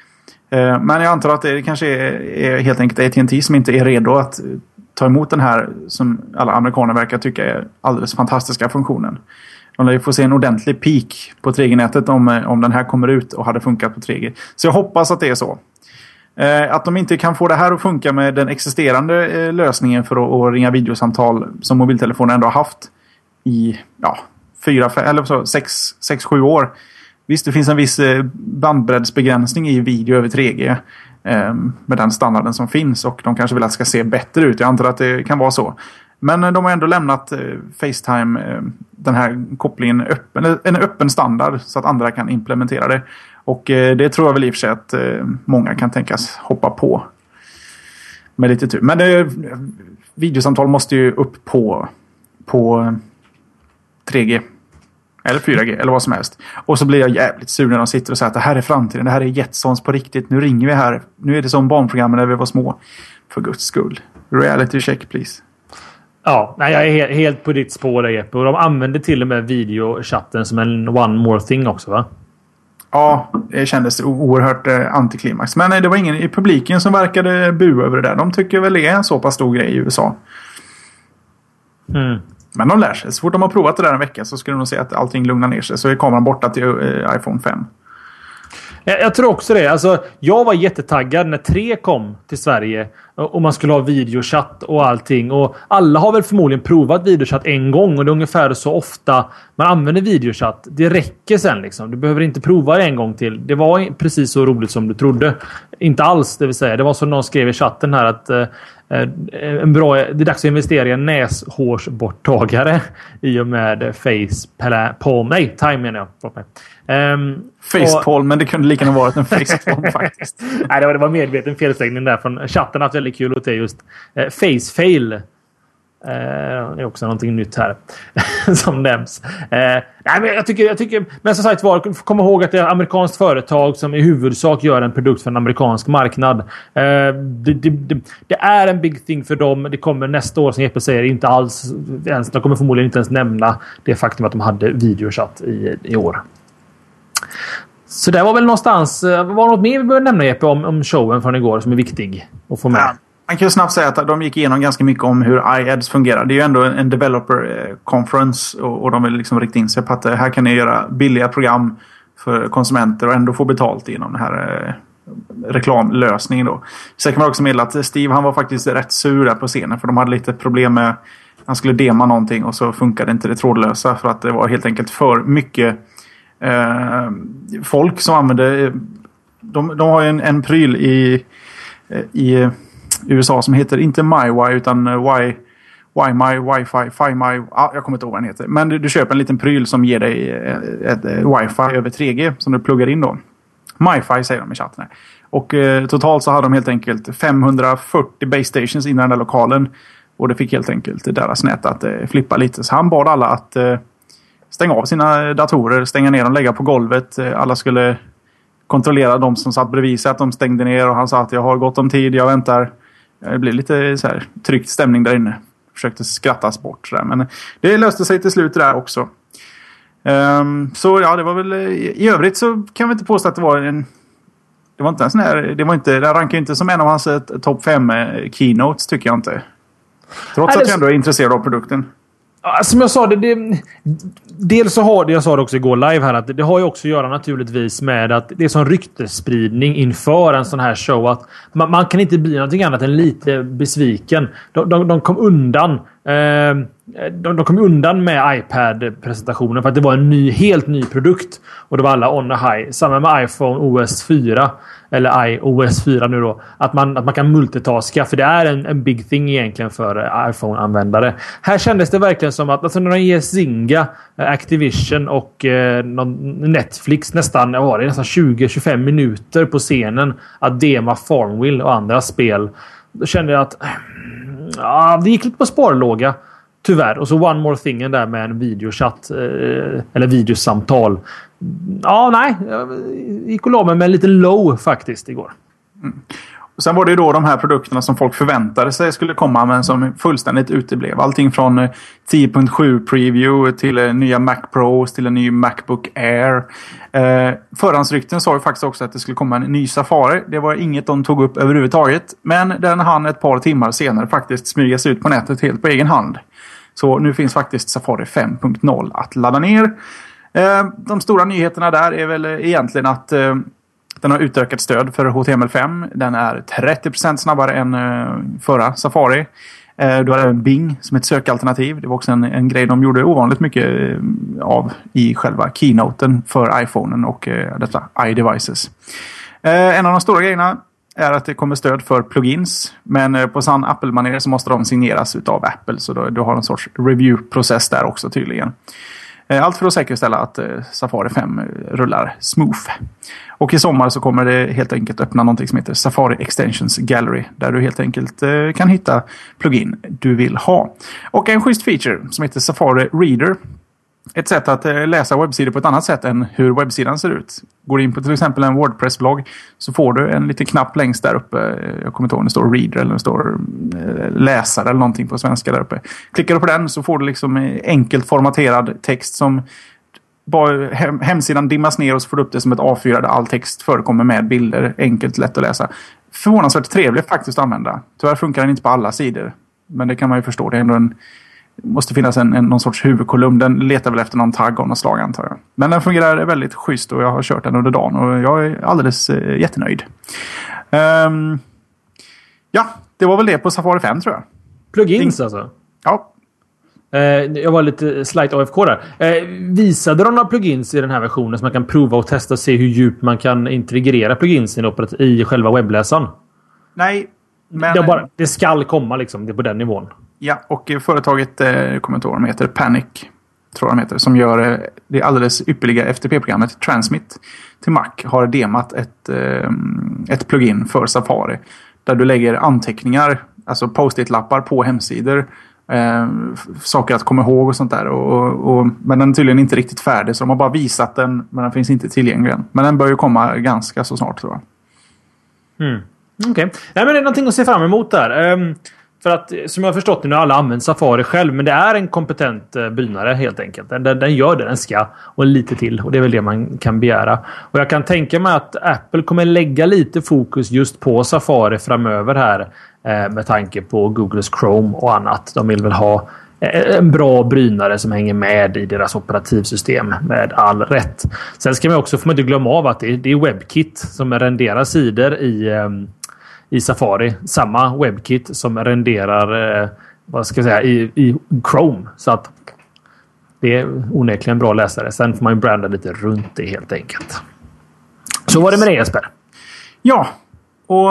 Men jag antar att det kanske är, är helt enkelt A T and T som inte är redo att ta emot den här som alla amerikaner verkar tycka är alldeles fantastiska funktionen. De lär få se en ordentlig peak på tre G-nätet om, om den här kommer ut och hade funkat på tre G. Så jag hoppas att det är så. Att de inte kan få det här att funka med den existerande lösningen för att, att ringa videosamtal som mobiltelefonen ändå har haft i ja, fyra, fem, eller så, sex, sex, sju år. Visst, det finns en viss bandbreddsbegränsning i video över tre G eh, med den standarden som finns, och de kanske vill att det ska se bättre ut. Jag antar att det kan vara så. Men de har ändå lämnat eh, FaceTime, eh, den här kopplingen öppen, en öppen standard så att andra kan implementera det. Och eh, det tror jag väl i och för sig att eh, många kan tänkas hoppa på med lite tur. Men det, videosamtal måste ju upp på, på tre G. Eller fyra G, eller vad som helst. Och så blir jag jävligt sur när de sitter och säger att det här är framtiden. Det här är Jetsons på riktigt. Nu ringer vi här. Nu är det som barnprogrammen när vi var små. För guds skull. Reality check, please. Ja, nej, jag är helt, helt på ditt spår där, Jeppe. Och de använder till och med videochatten som en one more thing också, va? Ja, det kändes oerhört eh, antiklimax. Men nej, det var ingen i publiken som verkade bua över det där. De tycker väl det är en så pass stor grej i U S A. Mm. Men de lär sig. Så fort de har provat det där en vecka så skulle de se att allting lugnar ner sig. Så är kameran borta till eh, iPhone fem. Jag, jag tror också det. Alltså, jag var jättetaggad när tre kom till Sverige. Och man skulle ha videochatt och allting. Och alla har väl förmodligen provat videochatt en gång. Och det är ungefär så ofta man använder videochatt. Det räcker sen liksom. Du behöver inte prova det en gång till. Det var precis så roligt som du trodde. Inte alls, det vill säga. Det var som någon skrev i chatten här att eh, en bra, det är dags att investera i en näshårsborttagare i och med face palm. Nej, time menar jag. Um, Facepalm, men det kunde lika gärna varit en facepalm faktiskt. Nej, det var, det var medveten felsägning där från chatten. Att väldigt kul åt det just. Eh, facefail. Eh, det är också någonting nytt här som nämns. Eh, nej, men jag tycker, jag tycker, men som sagt var, kom ihåg att det är ett amerikanskt företag som i huvudsak gör en produkt för en amerikansk marknad. Eh, det, det, det, det är en big thing för dem. Det kommer nästa år, som Jeppe säger, inte alls ens, de kommer förmodligen inte ens nämna det faktum att de hade videochatt i, i år. Så det var väl någonstans... Var det något mer vi började nämna, Jeppe, om, om showen från igår som är viktig att få med? Ja, man kan ju snabbt säga att de gick igenom ganska mycket om hur iAds fungerar. Det är ju ändå en developer conference och, och de vill liksom rikta in sig på att här kan ni göra billiga program för konsumenter och ändå få betalt inom den här eh, reklamlösningen då. Sen kan man också meddela att Steve, han var faktiskt rätt sur där på scenen för de hade lite problem med... Han skulle dema någonting och så funkade inte det trådlösa för att det var helt enkelt för mycket... Uh, folk som använder de, de har ju en, en pryl i i U S A som heter inte MyWi utan Wi WiMi, Wi-Fi, FiMi, ah, jag kommer inte ihåg vad den heter, men du, du köper en liten pryl som ger dig ett, ett Wi-Fi över tre G som du pluggar in då. MiFi säger de i chatten här. Och uh, totalt så hade de helt enkelt femhundrafyrtio base stations innan den där lokalen och det fick helt enkelt deras nät att uh, flippa lite, så han bad alla att uh, stänga av sina datorer, stänga ner dem, lägga på golvet. Alla skulle kontrollera de som satt bredvid sig att de stängde ner och han sa att jag har gott om tid, jag väntar. Det blev lite så här tryckt stämning där inne. Försökte skrattas bort så där. Men det löste sig till slut där också. Um, så ja, det var väl i övrigt så kan vi inte påstå att det var en det var inte en sån här, det var inte, det rankar inte som en av hans topp fem keynotes tycker jag inte. Trots Nej, att jag ändå är intresserad av produkten. Som jag sa, det, det, dels så har det, jag sa det också igår live här, att det, det har ju också att göra naturligtvis med att det är sån ryktesspridning inför en sån här show att man, man kan inte bli någonting annat än lite besviken. De, de, de kom undan eh, de, de kom undan med iPad-presentationen för att det var en ny, helt ny produkt och det var alla on a high. Samma med iPhone O S fyra eller iOS fyra nu då, att man, att man kan multitaska, för det är en, en big thing egentligen för iPhone-användare. Här kändes det verkligen som att alltså, när de ger Zynga, Activision och eh, Netflix nästan, vad var det, nästan tjugo till tjugofem minuter på scenen att dema Farmville och andra spel, då kände jag att ja, det gick lite på sparlåga. Tyvärr. Och så one more thing där med en videochatt eh, eller videosamtal. Ja, nej. Jag gick och la mig med en liten low faktiskt igår. Mm. Och sen var det ju då de här produkterna som folk förväntade sig skulle komma men som fullständigt uteblev. Allting från tio punkt sju preview till nya Mac Pros till en ny Macbook Air. Eh, förhandsrykten sa ju faktiskt också att det skulle komma en ny Safari. Det var inget de tog upp överhuvudtaget. Men den hann ett par timmar senare faktiskt smygas ut på nätet helt på egen hand. Så nu finns faktiskt Safari fem punkt noll att ladda ner. Eh, de stora nyheterna där är väl egentligen att eh, den har utökat stöd för H T M L fem. Den är trettio procent snabbare än eh, förra Safari. Eh, du har även Bing som ett sökalternativ. Det var också en, en grej de gjorde ovanligt mycket eh, av i själva keynoten för iPhonen och eh, detta iDevices. Eh, en av de stora grejerna är att det kommer stöd för plugins. Men eh, på sann Apple-manér så måste de signeras utav Apple. Så då, du har en sorts review-process där också tydligen. Allt för att säkerställa att Safari fem rullar smooth. Och i sommar så kommer det helt enkelt öppna någonting som heter Safari Extensions Gallery. Där du helt enkelt kan hitta plugin du vill ha. Och en schysst feature som heter Safari Reader. Ett sätt att läsa webbsidor på ett annat sätt än hur webbsidan ser ut. Går in på till exempel en WordPress-blogg så får du en liten knapp längst där uppe. Jag kommer inte ihåg om det står reader eller det står läsare eller någonting på svenska där uppe. Klickar du på den så får du liksom enkelt formaterad text som bara hem, hemsidan dimmas ner och så får du upp det som ett A fyra där all text förekommer med bilder. Enkelt, lätt att läsa. Förvånansvärt trevligt faktiskt att använda. Tyvärr funkar den inte på alla sidor. Men det kan man ju förstå. Det är ändå en måste finnas en, en, någon sorts huvudkolumn. Den letar väl efter någon tagg av något slag antar jag. Men den fungerar väldigt schysst och jag har kört den under dagen och jag är alldeles eh, jättenöjd. Um, ja, det var väl det på Safari fem tror jag. Plugins alltså? Ja. Eh, jag var lite slight A F K där. Eh, visade de några plugins i den här versionen som man kan prova och testa och se hur djupt man kan integrera plugins i själva webbläsaren? Nej. Men... Det, bara, det skall komma liksom, det är på den nivån. Ja, och företaget, eh, kommer inte ihåg vad de heter, Panic tror jag de heter, som gör eh, det alldeles ypperliga F T P-programmet Transmit till Mac, har demat ett, eh, ett plugin för Safari där du lägger anteckningar, alltså post-it-lappar på hemsidor, eh, saker att komma ihåg och sånt där. Och, och, men den är tydligen inte riktigt färdig, så de har bara visat den, men den finns inte tillgänglig än. Men den bör ju komma ganska så snart, tror jag. Mm. Okej. Okay. Nej, men det är någonting att se fram emot där. Um, för att, som jag har förstått det nu, alla använder Safari själv, men det är en kompetent uh, bynare helt enkelt. Den, den, den gör det den ska, och lite till. Och det är väl det man kan begära. Och jag kan tänka mig att Apple kommer lägga lite fokus just på Safari framöver här, uh, med tanke på Googles Chrome och annat. De vill väl ha en bra brynare som hänger med i deras operativsystem med all rätt. Sen ska man också, får man inte glömma av att det är, det är WebKit som renderar sidor i, um, i Safari. Samma WebKit som renderar eh, vad ska jag säga, i, i Chrome. Så att det är onekligen bra läsare. Sen får man ju branda lite runt det helt enkelt. Så var det med det, Jesper? Ja, och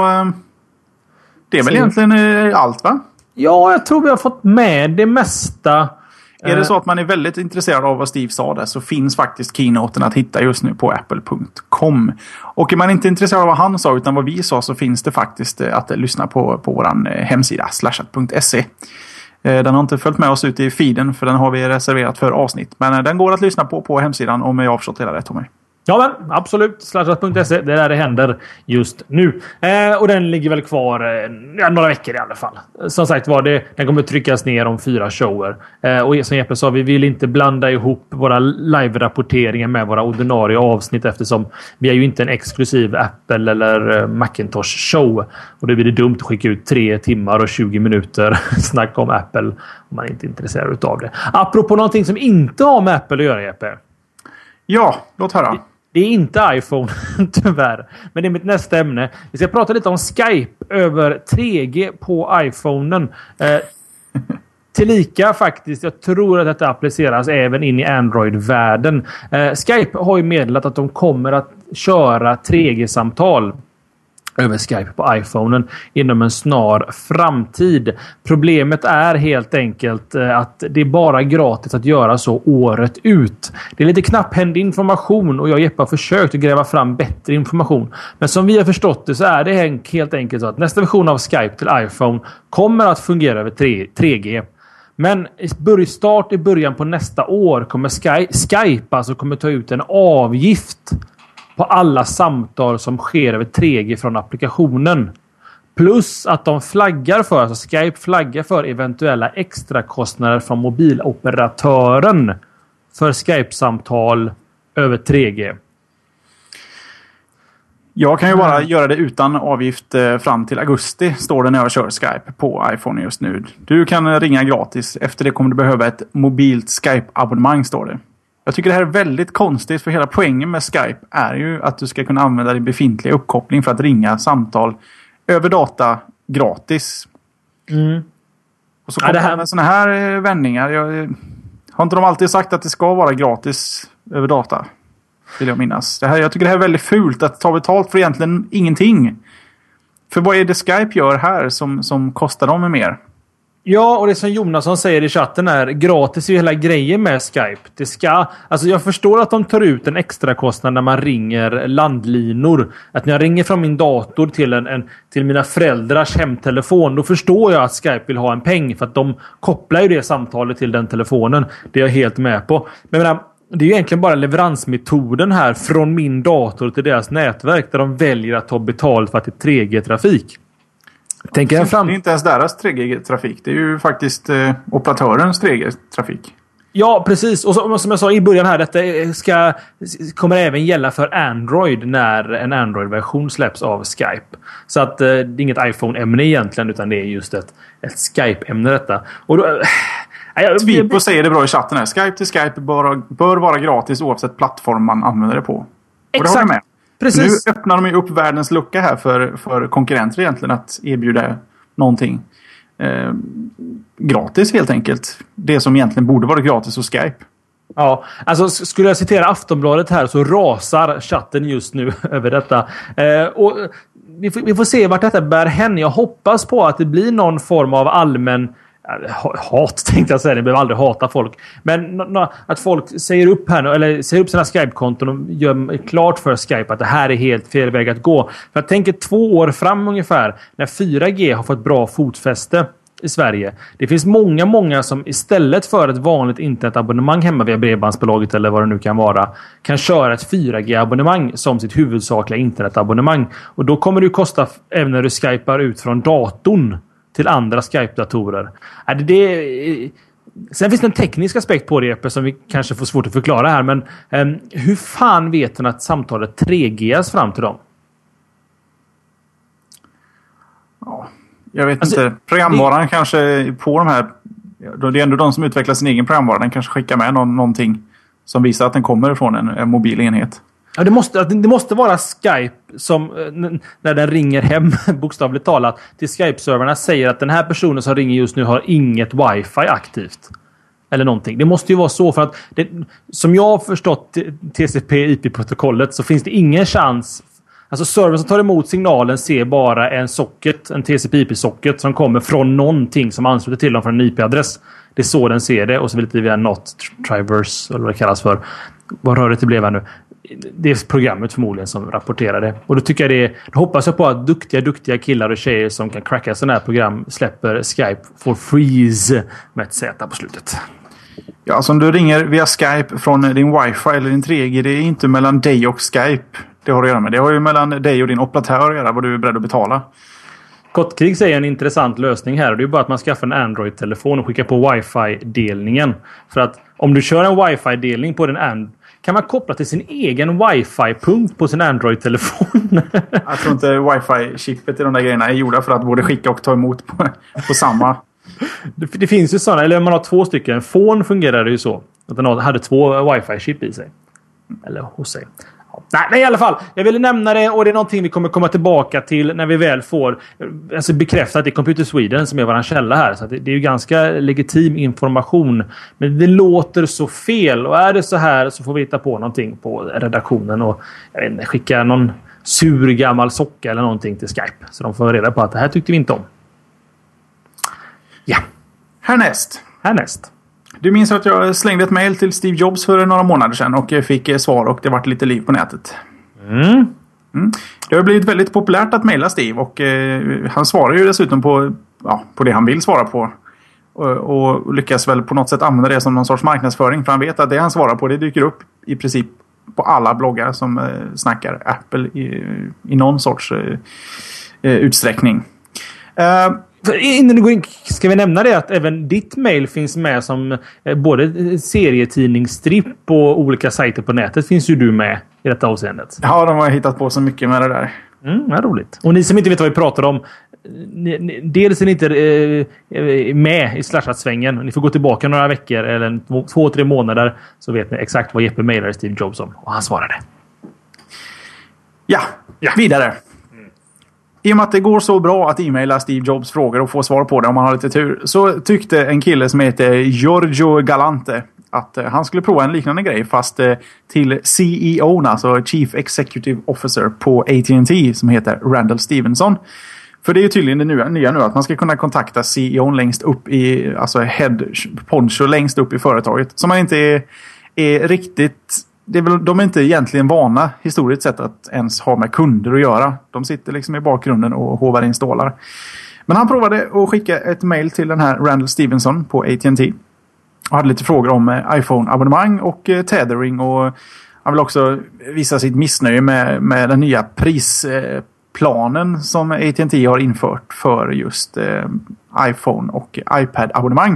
det är väl Så. egentligen allt, va? Ja, jag tror vi har fått med det mesta. Är det så att man är väldigt intresserad av vad Steve sa där, så finns faktiskt keynoten att hitta just nu på apple punkt com. Och är man inte intresserad av vad han sa utan vad vi sa, så finns det faktiskt att lyssna på på vår hemsida slashat punkt se. Den har inte följt med oss ut i feeden, för den har vi reserverat för avsnitt. Men den går att lyssna på på hemsidan, om jag har förstått hela rätt, Tommy. Ja, men absolut. slashat punkt se. Det är där det händer just nu. Eh, och den ligger väl kvar eh, några veckor i alla fall. Som sagt var, det, den kommer tryckas ner om fyra shower. Eh, och som Jeppe sa, vi vill inte blanda ihop våra live-rapporteringar med våra ordinarie avsnitt, eftersom vi är ju inte en exklusiv Apple eller eh, Macintosh-show. Och det blir det dumt att skicka ut tre timmar och tjugo minuter snack om Apple om man inte är intresserad av det. Apropå någonting som inte har med Apple att göra, Jeppe. Ja, låt höra. Det är inte iPhone, tyvärr. Men det är mitt nästa ämne. Vi ska prata lite om Skype över tre G på iPhonen. Eh, tillika faktiskt, jag tror att detta appliceras även in i Android-världen. Eh, Skype har ju meddelat att de kommer att köra tre G-samtal över Skype på iPhonen inom en snar framtid. Problemet är helt enkelt att det är bara gratis att göra så året ut. Det är lite knapphändig information och jag och Jeppe har försökt att gräva fram bättre information. Men som vi har förstått det så är det helt enkelt så att nästa version av Skype till iPhone kommer att fungera över tre G. Men i start i början på nästa år kommer Skype alltså kommer ta ut en avgift på alla samtal som sker över tre G från applikationen. Plus att de flaggar för, alltså Skype flaggar för eventuella extra kostnader från mobiloperatören för Skype-samtal över tre G. Jag kan ju bara mm. göra det utan avgift fram till augusti, står det när jag kör Skype på iPhone just nu. Du kan ringa gratis. Efter det kommer du behöva ett mobilt Skype-abonnemang, står det. Jag tycker det här är väldigt konstigt, för hela poängen med Skype är ju att du ska kunna använda din befintliga uppkoppling för att ringa samtal över data gratis. Mm. Och så kommer ja, det här med såna här vändningar. Jag, har inte de alltid sagt att det ska vara gratis över data? Vill jag minnas. Det här, jag tycker det här är väldigt fult att ta betalt för egentligen ingenting. För vad är det Skype gör här som, som kostar dem mer? Ja, och det som Jonasson säger i chatten är gratis är ju hela grejen med Skype. Det ska, alltså jag förstår att de tar ut en extra kostnad när man ringer landlinor. Att när jag ringer från min dator till, en, en, till mina föräldrars hemtelefon, då förstår jag att Skype vill ha en peng, för att de kopplar ju det samtalet till den telefonen. Det är jag helt med på. Men jag menar, det är ju egentligen bara leveransmetoden här från min dator till deras nätverk där de väljer att ta betalt för att det är tre G-trafik. Tänker jag fram... Det är inte ens deras tre G-trafik. Det är ju faktiskt eh, operatörens tre G-trafik. Ja, precis. Och så, som jag sa i början här, detta ska, kommer även gälla för Android när en Android-version släpps av Skype. Så att eh, det är inget iPhone-ämne egentligen, utan det är just ett, ett Skype-ämne detta. Och då... Eh, Tvipo säger det bra i chatten här. Skype till Skype bör, bör vara gratis oavsett plattform man använder det på. Och exakt. Det håller med. Precis. Nu öppnar de ju upp världens lucka här för, för konkurrenter egentligen att erbjuda någonting. Eh, gratis helt enkelt. Det som egentligen borde vara gratis hos Skype. Ja, alltså skulle jag citera Aftonbladet här så rasar chatten just nu över detta. Eh, och vi får, vi får se vart detta bär hän. Jag hoppas på att det blir någon form av allmän hat, tänkte jag säga. Ni behöver aldrig hata folk. Men no, no, att folk säger upp här nu, eller säger upp sina Skype-konton och gör klart för Skype att det här är helt fel väg att gå. För jag tänker två år fram ungefär när fyra G har fått bra fotfäste i Sverige. Det finns många, många som istället för ett vanligt internetabonnemang hemma via Bredbandsbolaget eller vad det nu kan vara kan köra ett fyra G-abonnemang som sitt huvudsakliga internetabonnemang. Och då kommer det ju kosta även när du skypar ut från datorn till andra Skype-datorer. Är det det... Sen finns det en teknisk aspekt på det som vi kanske får svårt att förklara här. Men um, hur fan vet man att samtalet tre G:as fram till dem? Ja, jag vet alltså, inte. Programvaran det... kanske på de här... Det är ändå de som utvecklar sin egen programvara. Den kanske skickar med någon, någonting som visar att den kommer från en, en mobil enhet. Ja, det måste, det måste vara Skype som när den ringer hem, bokstavligt talat, till Skype-serverna säger att den här personen som ringer just nu har inget wifi aktivt. Eller någonting. Det måste ju vara så för att det, som jag har förstått T C P I P-protokollet så finns det ingen chans. Alltså servern som tar emot signalen ser bara en socket, en T C P I P-socket som kommer från någonting som ansluter till dem från en I P-adress. Det är så den ser det och så vill det via not traverse eller vad det kallas för. Vad rör det till blev här nu? Det är programmet förmodligen som rapporterar det. Och då tycker jag det då hoppas jag på att duktiga, duktiga killar och tjejer som kan cracka sådana här program släpper Skype for freeze med ett Z på slutet. Ja, alltså om du ringer via Skype från din wifi eller din tre G, det är inte mellan dig och Skype det har att göra med. Det har ju mellan dig och din operatör att göra vad du är beredd att betala. Kottkrig säger en intressant lösning här. Och det är bara att man skaffar en Android-telefon och skickar på Wi-Fi-delningen. För att om du kör en Wi-Fi-delning på din Android kan man koppla till sin egen Wi-Fi-punkt på sin Android-telefon. Jag tror inte Wi-Fi-chippet i de där grejerna är gjorda för att både skicka och ta emot på, på samma. Det, det finns ju sådana, eller om man har två stycken. Phone fungerar det ju så. Att den hade två Wi-Fi-chip i sig. Eller hos sig. Nej, nej, i alla fall. Jag ville nämna det och det är någonting vi kommer komma tillbaka till när vi väl får alltså bekräftat i Computer Sweden som är våran källa här. Så att det, det är ju ganska legitim information. Men det låter så fel och är det så här så får vi hitta på någonting på redaktionen och jag vet inte, skicka någon sur gammal socka eller någonting till Skype. Så de får reda på att det här tyckte vi inte om. Ja. Härnäst. Härnäst. Du minns att jag slängde ett mejl till Steve Jobs för några månader sedan och fick svar och det var lite liv på nätet. Mm. Mm. Det har blivit väldigt populärt att mejla Steve och eh, han svarar ju dessutom på, ja, på det han vill svara på. Och, och lyckas väl på något sätt använda det som någon sorts marknadsföring för han vet att det han svarar på det dyker upp i princip på alla bloggar som eh, snackar Apple i, i någon sorts eh, utsträckning. Eh, Innan du går in ska vi nämna det att även ditt mail finns med som både serietidningsstripp på olika sajter på nätet finns ju du med i detta avseendet. Ja, de har hittat på så mycket med det där. Mm, det är roligt. Och ni som inte vet vad vi pratar om ni, ni, dels är ni inte eh, med i slashat-svängen. Ni får gå tillbaka några veckor eller två, två, tre månader så vet ni exakt vad Jeppe mejlade Steve Jobs om. Och han svarade. Ja, ja. Vidare. I och med att det går så bra att e-maila Steve Jobs frågor och få svar på det om man har lite tur så tyckte en kille som heter Giorgio Galante att eh, han skulle prova en liknande grej fast eh, till C E O, alltså Chief Executive Officer på A T and T som heter Randall Stevenson. För det är ju tydligen det nya, nya nu att man ska kunna kontakta C E O längst upp i, alltså head poncho längst upp i företaget som man inte är, är riktigt... Det är väl, de är inte egentligen vana historiskt sett att ens ha med kunder att göra. De sitter liksom i bakgrunden och hovar in stålar. Men han provade att skicka ett mejl till den här Randall Stevenson på A T and T. Och hade lite frågor om iPhone-abonnemang och tethering. Och han vill också visa sitt missnöje med, med den nya prisplanen som A T and T har infört för just eh, iPhone och iPad-abonnemang.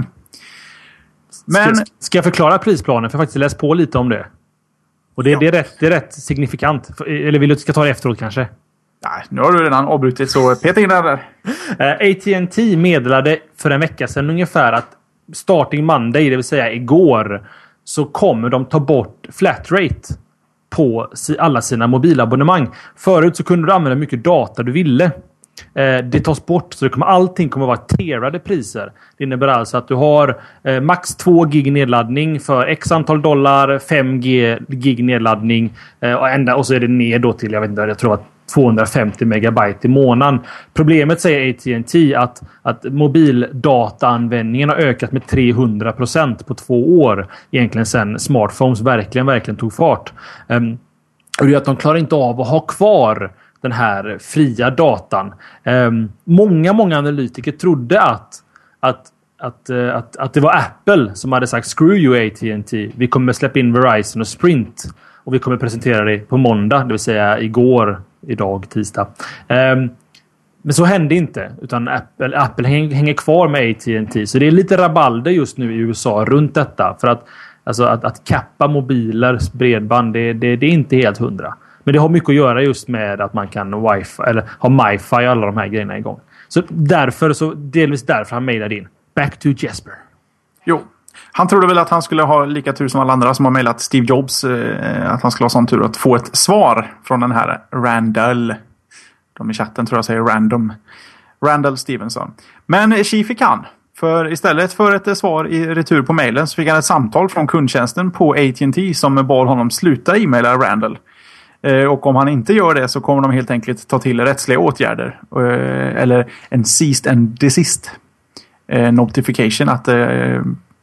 Men ska, ska jag förklara prisplanen? För jag har faktiskt läst på lite om det. Och det, ja. det, är rätt, det är rätt signifikant. Eller vill du att jag ska ta det efteråt kanske? Nej, nu har du redan avbrutit så peta in där. Uh, A T and T meddelade för en vecka sedan ungefär att starting Monday, det vill säga igår, så kommer de ta bort flat rate på alla sina mobilabonnemang. Förut så kunde du använda mycket data du ville. Eh, det tas bort, så det kommer, allting kommer att vara tierade priser. Det innebär alltså att du har eh, max två gig nedladdning för x antal dollar, fem gig nedladdning eh, och, ända, och så är det ner då till, jag vet inte, jag tror att tvåhundrafemtio megabyte i månaden. Problemet, säger A T and T, att, att mobildataanvändningen har ökat med trehundra procent på två år. Egentligen sedan smartphones verkligen, verkligen tog fart. Um, och det är att de klarar inte av att ha kvar den här fria datan. Um, många, många analytiker trodde att, att, att, uh, att, att det var Apple som hade sagt screw you A T and T. Vi kommer släppa in Verizon och Sprint. Och vi kommer presentera det på måndag, det vill säga igår, idag, tisdag. Um, men så hände inte. Utan Apple, Apple hänger kvar med A T and T. Så det är lite rabalder just nu i U S A runt detta. För att, alltså att, att kappa mobiler, bredband, det, det, det är inte helt hundra. Men det har mycket att göra just med att man kan wifi, eller ha MiFi och alla de här grejerna igång. Så därför, så delvis därför han mejlade in. Back to Jesper. Jo. Han trodde väl att han skulle ha lika tur som alla andra som har mejlat Steve Jobs. Eh, att han skulle ha sån tur att få ett svar från den här Randall. De i chatten tror jag säger random. Randall Stevenson. Men Chi fick han. För istället för ett svar i retur på mejlen så fick han ett samtal från kundtjänsten på A T and T som bad honom sluta e-maila Randall. Eh, och om han inte gör det så kommer de helt enkelt ta till rättsliga åtgärder. Eh, eller en ceased and desist eh, notification att... Eh,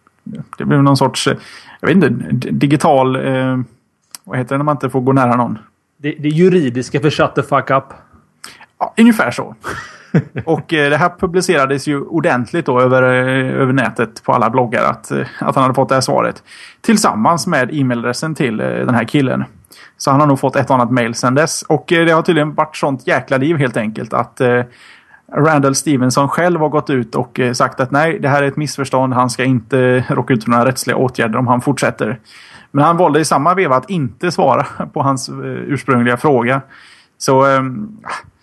det blir någon sorts, jag vet inte, digital, eh, vad heter det när man inte får gå nära någon? Det, det juridiska för shut the fuck up. Ja, ungefär så. Och eh, det här publicerades ju ordentligt då över, eh, över nätet på alla bloggar att, eh, att han hade fått det här svaret. Tillsammans med e-mailadressen till eh, den här killen. Så han har nog fått ett annat mail sedan dess. Och eh, det har tydligen varit sånt jäkla liv helt enkelt att... Eh, Randall Stevenson själv har gått ut och sagt att nej, det här är ett missförstånd. Han ska inte råka ut för några rättsliga åtgärder om han fortsätter. Men han valde i samma veva att inte svara på hans uh, ursprungliga fråga. Så um,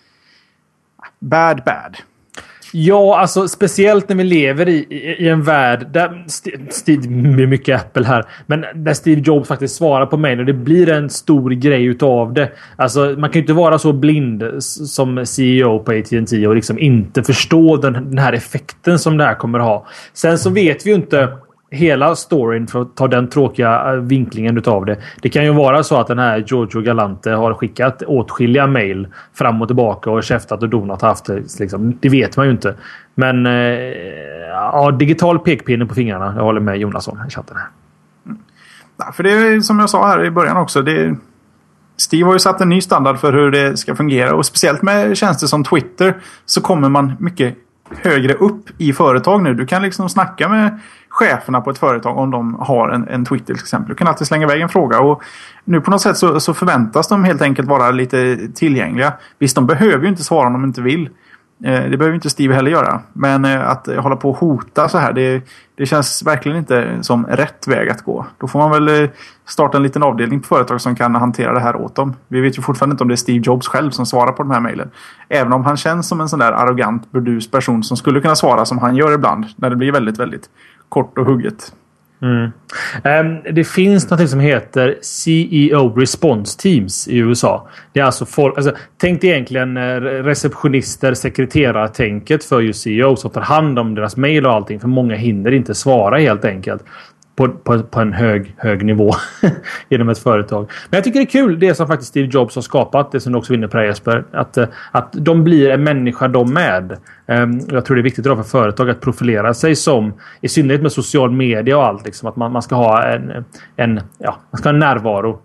bad, bad. Ja, alltså speciellt när vi lever i, i, i en värld där Steve, med mycket Apple här, men där Steve Jobs faktiskt svarar på mig och det blir en stor grej utav det. Alltså man kan ju inte vara så blind som C E O på A T and T och liksom inte förstå den, den här effekten som det här kommer att ha. Sen så vet vi ju inte hela storyn för att ta den tråkiga vinklingen utav det. Det kan ju vara så att den här Giorgio Galante har skickat åtskilliga mejl fram och tillbaka och käftat och donat haft det. Liksom. Det vet man ju inte. Men eh, ja, digital pekpinne på fingrarna. Jag håller med Jonasson i chatten här. Mm. Ja, för det är som jag sa här i början också. Det, Steve har ju satt en ny standard för hur det ska fungera. Och speciellt med tjänster som Twitter så kommer man mycket högre upp i företag nu. Du kan liksom snacka med cheferna på ett företag om de har en, en Twitter till exempel. Du kan alltid slänga iväg en fråga och nu på något sätt så, så förväntas de helt enkelt vara lite tillgängliga. Visst, de behöver ju inte svara om de inte vill. Eh, det behöver inte Steve heller göra. Men eh, att eh, hålla på och hota så här, det, det känns verkligen inte som rätt väg att gå. Då får man väl eh, starta en liten avdelning på företag som kan hantera det här åt dem. Vi vet ju fortfarande inte om det är Steve Jobs själv som svarar på de här mejlen. Även om han känns som en sån där arrogant, burdus person som skulle kunna svara som han gör ibland. När det blir väldigt, väldigt kort och hugget. Mm. Um, det finns något som heter C E O Response Teams i U S A. Det är alltså folk, alltså, tänk egentligen receptionister, sekreterartänket för just C E O som tar hand om deras mejl och allting. För många hinner inte svara helt enkelt. På, på, på en hög, hög nivå genom ett företag. Men jag tycker det är kul det som faktiskt Steve Jobs har skapat. Det som du också vinner på Jesper. Att, att de blir en människa de med. Um, jag tror det är viktigt då för företag att profilera sig som, i synnerhet med social media och allt. Liksom, att man, man ska ha en, en, ja, man ska ha en närvaro.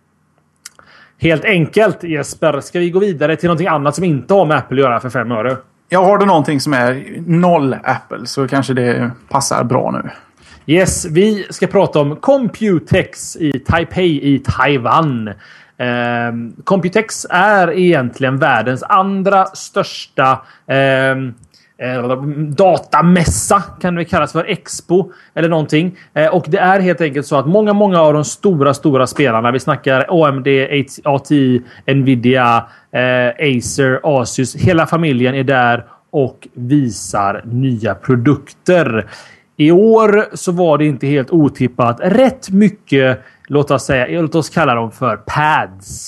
Helt enkelt Jesper. Ska vi gå vidare till någonting annat som inte har med Apple att göra för fem öre? Jag har det någonting som är noll Apple så kanske det passar bra nu. Yes, vi ska prata om Computex i Taipei i Taiwan. Eh, Computex är egentligen världens andra största eh, eh, datamässa, kan det kallas för, expo eller någonting. Eh, och det är helt enkelt så att många, många av de stora, stora spelarna, vi snackar A M D, A T I, Nvidia, eh, Acer, Asus, hela familjen är där och visar nya produkter. I år så var det inte helt otippat rätt mycket, låt oss säga, låt oss kalla dem för pads.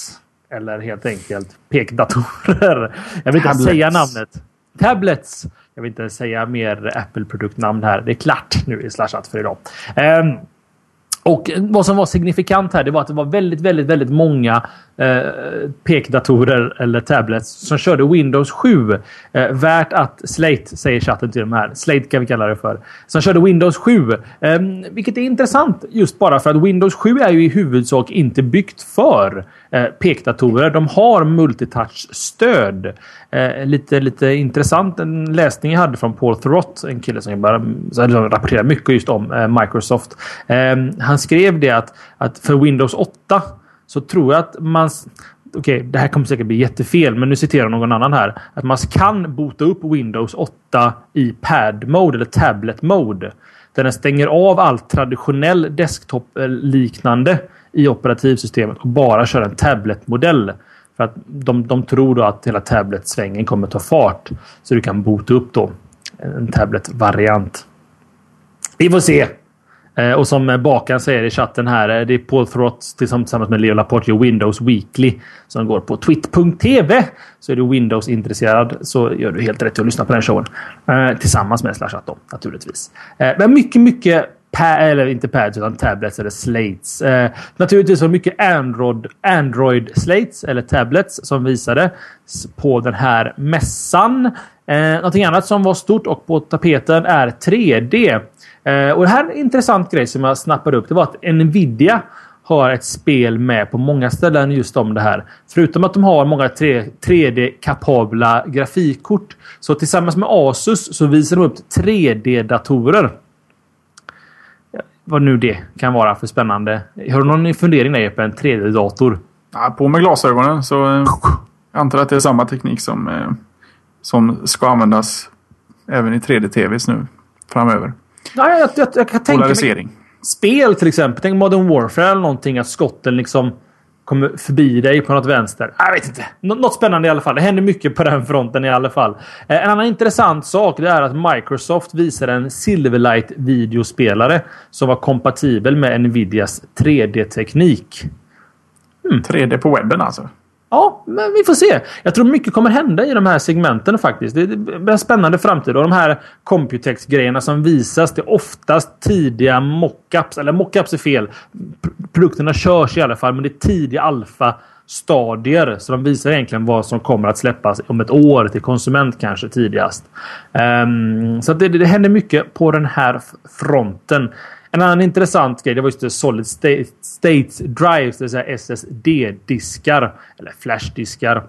Eller helt enkelt pekdatorer. Jag vill inte Tablets. säga namnet. Tablets. Jag vill inte säga mer Apple-produktnamn här. Det är klart nu i Slashat för idag. Um, Och vad som var signifikant här, det var att det var väldigt, väldigt, väldigt många eh, pekdatorer eller tablets som körde Windows sju. Eh, värt att Slate, säger chatten till de här. Slate kan vi kalla det för. Som körde Windows sju. Eh, vilket är intressant just bara för att Windows sju är ju i huvudsak inte byggt för eh, pekdatorer. De har multitouch-stöd. Eh, lite, lite intressant. En läsning jag hade från Paul Thurrott, en kille som bara som rapporterar mycket just om eh, Microsoft. Eh, han skrev det att, att för Windows åtta så tror jag att man... Okej, okay, det här kommer säkert bli jättefel, men nu citerar någon annan här. Att man kan boota upp Windows åtta i pad-mode eller tablet-mode. Där den stänger av allt traditionell desktop-liknande i operativsystemet och bara kör en tablet-modell. För att de, de tror då att hela tablet-svängen kommer ta fart. Så du kan boota upp då en tablet-variant. Vi får se. Och som Bakan säger i chatten här, det är Paul Thurrott tillsammans med Leo Laporte och Windows Weekly som går på twit punkt tv. Så är du Windows-intresserad så gör du helt rätt att lyssna på den showen. Eh, tillsammans med Slashat då, naturligtvis. Eh, men mycket, mycket pa- eller inte pads utan tablets eller slates. Eh, naturligtvis var det mycket Android, Android slates eller tablets som visade på den här mässan. Eh, någonting annat som var stort och på tapeten är tre D. Uh, och det här är en intressant grej som jag snappade upp. Det var att Nvidia har ett spel med på många ställen just om det här. Förutom att de har många tre D-kapabla grafikkort. Så tillsammans med Asus så visar de upp tre D-datorer. Vad nu det kan vara för spännande. Har du någon fundering där på en tre D-dator? Ja, på med glasögonen så eh, jag antar att det är samma teknik som, eh, som ska användas även i tre D-tvs nu framöver. Ja, jag, jag, jag kan tänka Polarisering. mig spel till exempel. Tänk Modern Warfare eller någonting. Att skotten liksom kommer förbi dig på något vänster. Jag vet inte. Nå- något spännande i alla fall. Det händer mycket på den fronten i alla fall. Eh, en annan intressant sak det är att Microsoft visar en Silverlight-videospelare som var kompatibel med Nvidias tre D-teknik. Mm. tre D på webben alltså. Ja, men vi får se. Jag tror mycket kommer hända i de här segmenten faktiskt. Det är en spännande framtid. Och de här Computex-grejerna som visas, det är oftast tidiga mockups. Eller mockups är fel. Produkterna körs i alla fall, men det är tidiga alfa-stadier. Så de visar egentligen vad som kommer att släppas om ett år till konsument kanske tidigast. Um, så det, det händer mycket på den här fronten. En annan intressant grej, det var just det Solid State, State Drives, det vill säga S S D-diskar eller flashdiskar.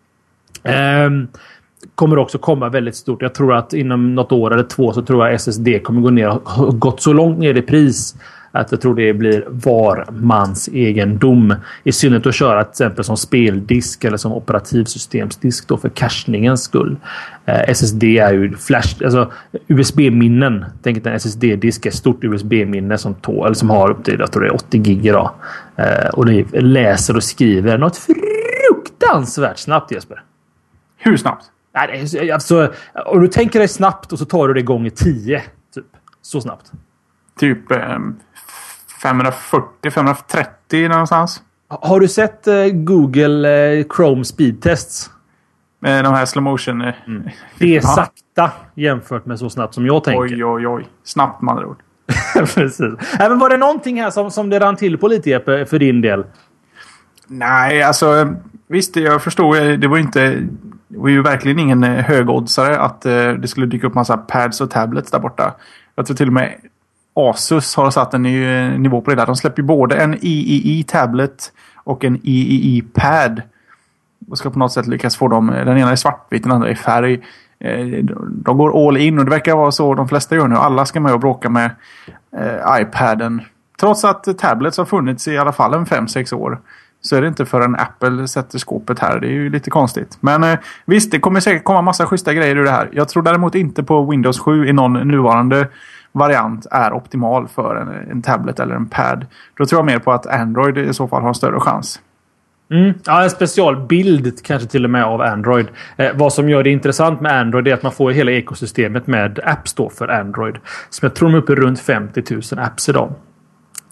Um, kommer också komma väldigt stort. Jag tror att inom något år eller två så tror jag S S D kommer gå ner och har gått så långt ner i pris att jag tror det blir var mans egendom. I synnerhet att köra till exempel som speldisk eller som operativsystemsdisk då för cachningens skull. Eh, S S D är ju flash, alltså U S B-minnen. Tänk att en S S D-disk är ett stort U S B-minne som, tå, eller som har upp till jag tror det är åttio gig idag. Eh, och det läser och skriver något fruktansvärt snabbt, Jesper. Hur snabbt? Nej, det är, alltså, om du tänker dig snabbt och så tar du det gånger tio. Typ. Så snabbt. Typ eh, femhundrafyrtio femhundratrettio någonstans. Har du sett eh, Google eh, Chrome speedtests? Med de här slow motion. Eh, mm. Det är sakta jämfört med så snabbt som jag tänker. Oj, oj, oj. Snabbt med andra ord. Precis. Även var det någonting här som, som det rann till på lite för din del? Nej, alltså visst, jag förstår. Det var inte... Det var ju verkligen ingen högoddsare att eh, det skulle dyka upp massa pads och tablets där borta. Jag tror till och med Asus har satt en ny nivå på det där. De släpper ju både en I I I-tablet och en I I I-pad. Och ska på något sätt lyckas få dem. Den ena är svartvit, den andra är färg. De går all in och det verkar vara så de flesta gör nu. Alla ska med och bråka med eh, iPaden. Trots att tablets har funnits i alla fall en fem sex år. Så är det inte förrän Apple sätter skåpet här. Det är ju lite konstigt. Men eh, visst, det kommer säkert komma massa schyssta grejer ur det här. Jag tror däremot inte på Windows sju i någon nuvarande variant är optimal för en, en tablet eller en pad. Då tror jag mer på att Android i så fall har en större chans. Mm. Ja, en specialbild kanske till och med av Android. Eh, vad som gör det intressant med Android är att man får hela ekosystemet med apps då för Android. Som jag tror de är uppe runt femtio tusen apps idag.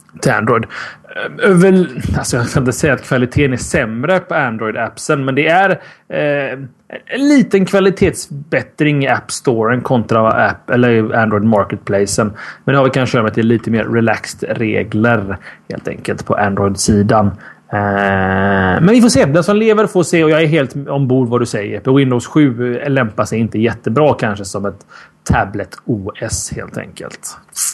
till Android. Över, alltså jag kan inte säga att kvaliteten är sämre på Android-appsen, men det är eh, en liten kvalitetsbättring i App Storen kontra app, eller Android Marketplacen. Men det har vi kanske att göra med att det är lite mer relaxed regler helt enkelt på Android-sidan. Eh, men vi får se. Den som lever får se, och jag är helt ombord vad du säger. På Windows sju lämpar sig inte jättebra kanske som ett tablet-O S helt enkelt.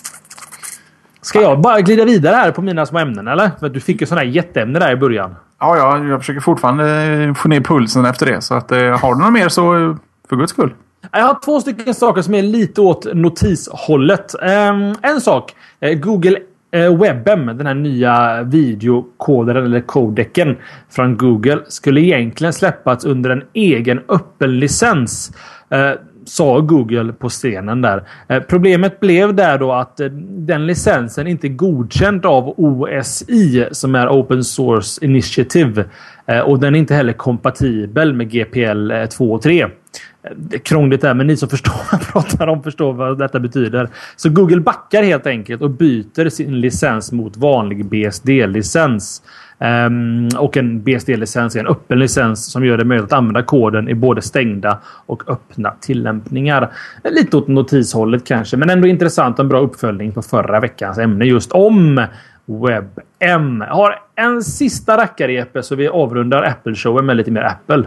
Ska jag bara glida vidare här på mina små ämnen, eller? För du fick ju sådana här jätteämnen där i början. Ja, ja, jag försöker fortfarande få ner pulsen efter det. Så att, eh, har du något mer så för guds skull. Jag har två stycken saker som är lite åt notishållet. Um, en sak. Uh, Google uh, WebM, den här nya videokodaren eller codeken från Google, skulle egentligen släppas under en egen öppen licens. Uh, sa Google på scenen där. Eh, problemet blev där då att eh, den licensen inte är godkänd av O S I som är Open Source Initiative. Eh, och den är inte heller kompatibel med G P L eh, två och tre. Eh, det är krångligt där, men ni som förstår vad jag pratar om förstår vad detta betyder. Så Google backar helt enkelt och byter sin licens mot vanlig B S D-licens. Um, och en B S D-licens är en öppen licens som gör det möjligt att använda koden i både stängda och öppna tillämpningar. Lite åt notishållet kanske, men ändå intressant. En bra uppföljning på förra veckans ämne just om WebM. Jag har en sista rackare så vi avrundar Apple-showen med lite mer Apple.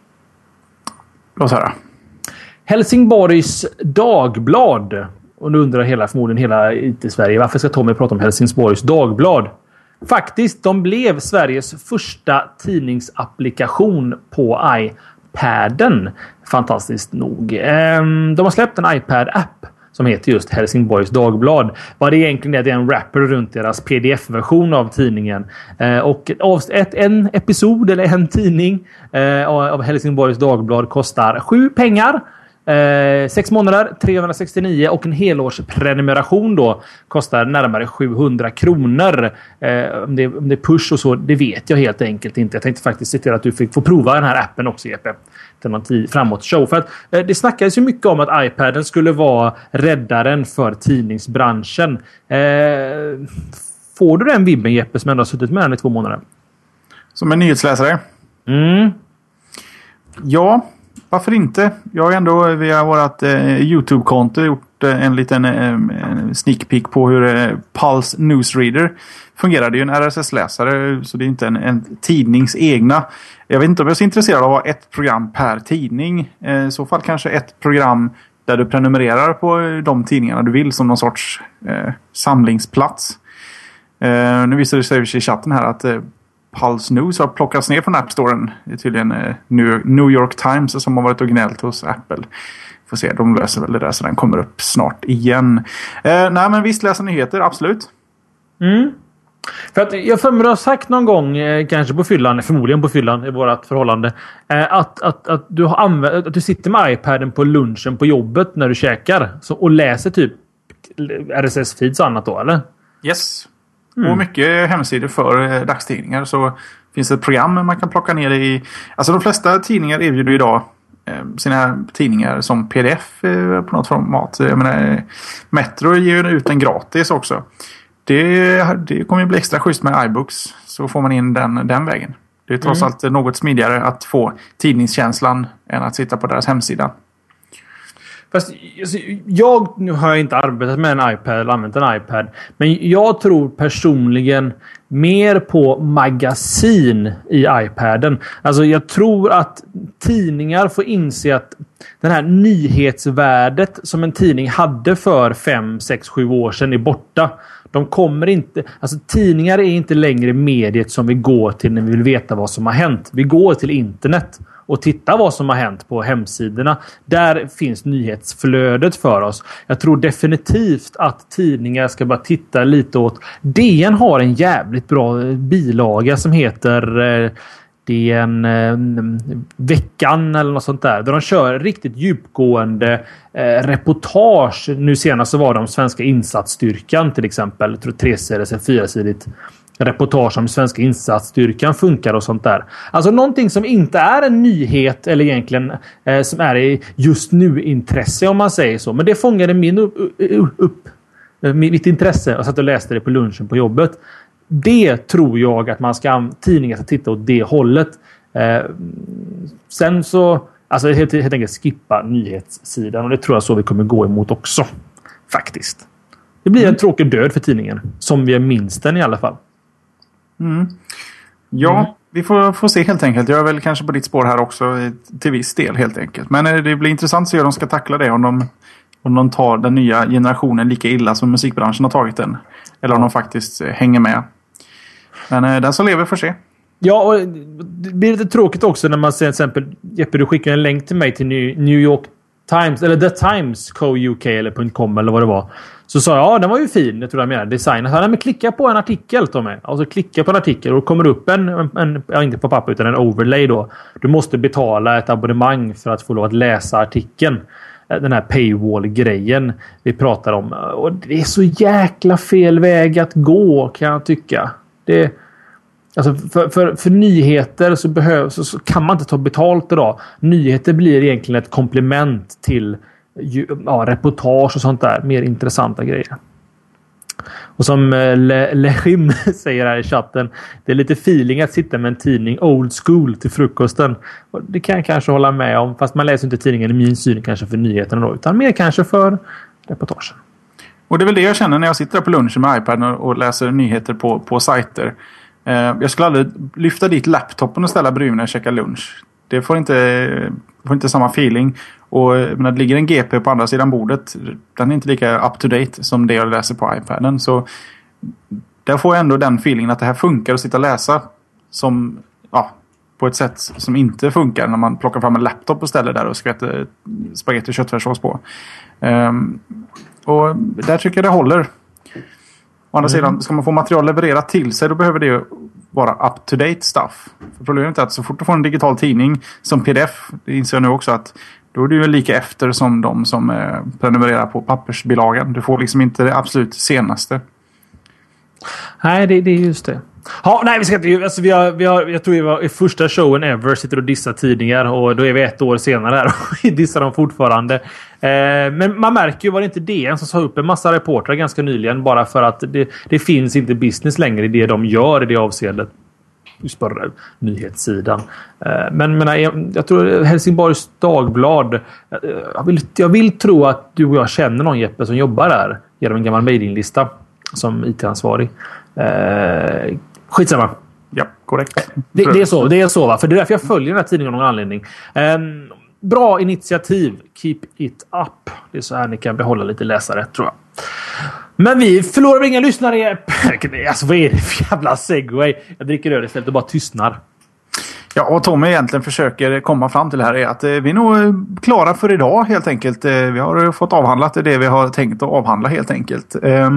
Låt höra. Helsingborgs Dagblad. Och nu undrar hela, förmodligen hela I T-Sverige, varför ska Tommy prata om Helsingborgs Dagblad? Faktiskt, de blev Sveriges första tidningsapplikation på iPaden. Fantastiskt nog. De har släppt en iPad-app som heter just Helsingborgs Dagblad. Vad det egentligen är, det är en wrapper runt deras P D F-version av tidningen. Och ett, en episod eller en tidning av Helsingborgs Dagblad kostar sju pengar. Eh, sex månader, trehundrasextionio, och en helårsprenumeration då kostar närmare sjuhundra kronor. Eh, om, det, om det är push och så, det vet jag helt enkelt inte. Jag tänkte faktiskt se till att du fick få prova den här appen också, Jeppe, till någon tid framåt show. För att eh, det snackades ju mycket om att iPaden skulle vara räddaren för tidningsbranschen. Eh, får du den vibben, Jeppe, som ändå har suttit med den i två månader? Som en nyhetsläsare? Mm. Ja, varför inte? Jag har ändå via vårt eh, YouTube-konto gjort eh, en liten eh, sneak peek på hur eh, Pulse Newsreader fungerar. Det är ju en R S S-läsare, så det är inte en, en tidnings egna. Jag vet inte om jag är så intresserad av att ha ett program per tidning. Eh, I så fall kanske ett program där du prenumererar på de tidningarna du vill som någon sorts eh, samlingsplats. Eh, nu visar det sig i chatten här att eh, Pulse News har plockats ner från App Storen. Det är tydligen eh, New York Times som har varit originellt hos Apple. Får se, de löser väl det där så den kommer upp snart igen. Eh, nej, men visst läser nyheter, absolut. Mm. För att jag för mig har sagt någon gång, eh, kanske på fyllan, förmodligen på fyllan i vårt förhållande, eh, att, att, att, du har använt, att du sitter med iPaden på lunchen på jobbet när du käkar så, och läser typ R S S-feeds och annat då, eller? Yes. Mm. Och mycket hemsidor för eh, dagstidningar, så finns det ett program man kan plocka ner det i. Alltså de flesta tidningar erbjuder idag eh, sina tidningar som P D F eh, på något format. Jag menar, Metro ger ut den gratis också. Det, det kommer ju bli extra schysst med iBooks, så får man in den, den vägen. Det är trots mm. allt något smidigare att få tidningskänslan än att sitta på deras hemsida. Fast alltså, jag nu har jag inte arbetat med en iPad eller använt en iPad, men jag tror personligen mer på magasin i iPaden. Alltså jag tror att tidningar får inse att den här nyhetsvärdet som en tidning hade för fem, sex, sju år sedan är borta. De kommer inte, alltså tidningar är inte längre mediet som vi går till när vi vill veta vad som har hänt. Vi går till internet och tittar vad som har hänt på hemsidorna. Där finns nyhetsflödet för oss. Jag tror definitivt att tidningar ska bara titta lite åt. D N har en jävligt bra bilaga som heter eh, D N eh, veckan eller något sånt där. Där de kör riktigt djupgående eh, reportage. Nu senast så var de svenska insatsstyrkan till exempel. Jag tror tresidigt eller fyrasidigt reportage om svenska insatsstyrkan funkar och sånt där. Alltså någonting som inte är en nyhet eller egentligen eh, som är i just nu intresse om man säger så. Men det fångade min upp, upp mitt intresse. Jag satt och läste det på lunchen på jobbet. Det tror jag att man ska tidningar ska titta åt det hållet. Eh, sen så alltså helt, helt enkelt skippa nyhetssidan, och det tror jag så vi kommer gå emot också. Faktiskt. Det blir en tråkig död för tidningen. Som vi minns den i alla fall. Mm. Ja, mm. vi får, får se helt enkelt. Jag är väl kanske på ditt spår här också till viss del helt enkelt. Men det blir intressant att se hur de ska tackla det. Om de, om de tar den nya generationen lika illa som musikbranschen har tagit den. Eller om de faktiskt hänger med. Men den som lever får se. Ja, och det blir lite tråkigt också när man ser till exempel, Jeppe, du skickar en länk till mig till New York Times, eller The Times Co U K eller .com eller vad det var. Så sa jag, ja, den var ju fin, jag tror jag menar, design. Så men klicka på en artikel, Tommy. Alltså klicka på en artikel och då kommer upp en, en, ja, inte på papper utan en overlay då. Du måste betala ett abonnemang för att få lov att läsa artikeln. Den här paywall-grejen vi pratar om. Och det är så jäkla fel väg att gå, kan jag tycka. Det Alltså för, för, för nyheter så, behövs, så, så kan man inte ta betalt idag. Nyheter blir egentligen ett komplement till ja, reportage och sånt där. Mer intressanta grejer. Och som Le, Lechim säger här i chatten, det är lite feeling att sitta med en tidning old school till frukosten. Och det kan jag kanske hålla med om, fast man läser inte tidningen i min syn kanske för nyheterna då, utan mer kanske för reportagen. Och det är väl det jag känner när jag sitter på lunchen med iPad och läser nyheter på, på sajter. Jag skulle aldrig lyfta dit laptopen och ställa bredvid när jag käkar lunch. Det får inte, får inte samma feeling. Och när det ligger en G P på andra sidan bordet, den är inte lika up to date som det jag läser på iPaden. Så där får jag ändå den feelingen att det här funkar att sitta och läsa som, ja, på ett sätt som inte funkar när man plockar fram en laptop och ställer där och skvätter spagetti och köttfärssås på. Um, och där tycker jag det håller. Å andra mm. sidan, ska man få material levererat till sig, då behöver det vara up-to-date stuff. För problemet är att så fort du får en digital tidning som P D F, det inser jag nu också att då är du ju lika efter som de som eh, prenumererar på pappersbilagan. Du får liksom inte det absolut senaste. Nej, det, det är just det. Ja, nej, vi ska inte, alltså vi har, vi har, jag tror vi var i första showen ever sitter och dissar tidningar, och då är vi ett år senare här och dissar dem fortfarande. Eh, men man märker ju, var det inte D N som sa upp en massa reportrar ganska nyligen bara för att det, det finns inte business längre i det de gör i det avseendet. Just på nyhetssidan. Eh, men, men jag, jag tror Helsingborgs Dagblad, jag vill, jag vill tro att du och jag känner någon, Jeppe, som jobbar där genom en gammal mailinglista som I T-ansvarig. Eh, skitsamma. Ja, korrekt. Det, det är så, det är så va? För det är därför jag följer den här tidningen av någon anledning. Eh, bra initiativ. Keep it up. Det är så här ni kan behålla lite läsare, tror jag. Men vi förlorar inga lyssnare. Alltså vad är det för jävla segway? Jag dricker öl istället och bara tystnar. Ja, och Tommy egentligen försöker komma fram till det här är att vi är nog klara för idag helt enkelt. Vi har fått avhandlat det vi har tänkt att avhandla helt enkelt.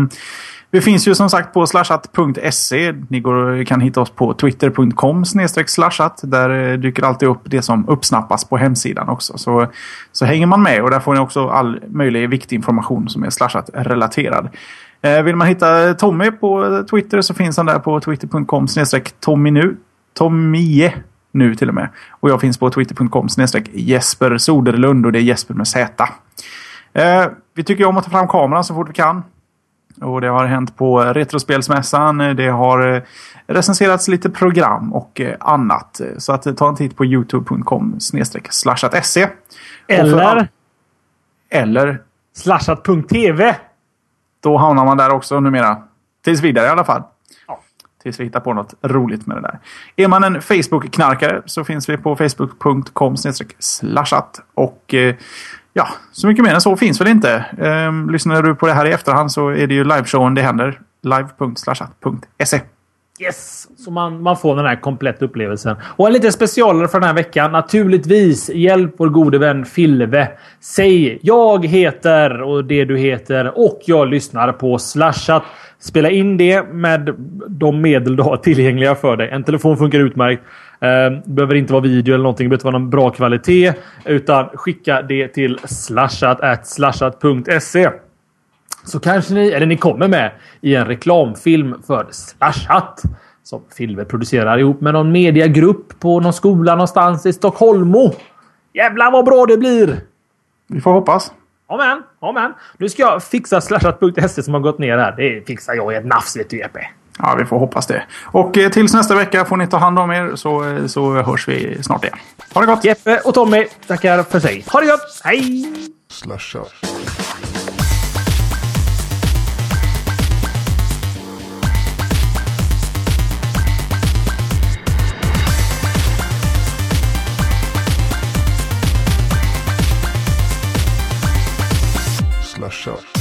Vi finns ju som sagt på slashat punkt se. Ni går, kan hitta oss på twitter punkt com snedstreck slashat. Där dyker alltid upp det som uppsnappas på hemsidan också. Så, så hänger man med, och där får ni också all möjlig viktig information som är slashat-relaterad. Eh, vill man hitta Tommy på Twitter så finns han där på twitter punkt com snedstreck Tommy nu. Tommy nu till och med. Och jag finns på twitter punkt com snedstreck Jesper Soderlund, och det är Jesper med Z. Eh, vi tycker om att ta fram kameran så fort vi kan. Och det har hänt på Retrospelsmässan. Det har recenserats lite program och annat. Så att ta en titt på youtube punkt com snedstreck slashat se. Eller? Eller? slashat punkt tv. Då hamnar man där också numera. Tills vidare i alla fall. Ja. Tills vi hittar på något roligt med det där. Är man en Facebook-knarkare så finns vi på facebook punkt com snedstreck slashat. Och ja, så mycket mer än så finns väl inte. Ehm, lyssnar du på det här i efterhand så är det ju liveshowen det händer. live punkt slashat punkt se. Yes, så man, man får den här kompletta upplevelsen. Och en liten specialare för den här veckan. Naturligtvis, hjälp vår gode vän Filve. Säg, jag heter och det du heter och jag lyssnar på Slashat. Spela in det med de medel du har tillgängliga för dig. En telefon funkar utmärkt. Det behöver inte vara video eller någonting. Det behöver inte vara någon bra kvalitet. Utan skicka det till slashat at slashat punkt se. Så kanske ni, eller ni kommer med i en reklamfilm för Slashat. Som Filve producerar ihop med någon mediagrupp på någon skola någonstans i Stockholm. Jävlar vad bra det blir! Vi får hoppas. Amen, amen. Nu ska jag fixa slashat punkt se som har gått ner här. Det fixar jag i ett nafs, vet du, Jeppe. Ja, vi får hoppas det. Och eh, tills nästa vecka får ni ta hand om er, så, så hörs vi snart igen. Ha det gott! Jeppe och Tommy tackar för sig. Ha det gott! Hej! Slasha. Slasha.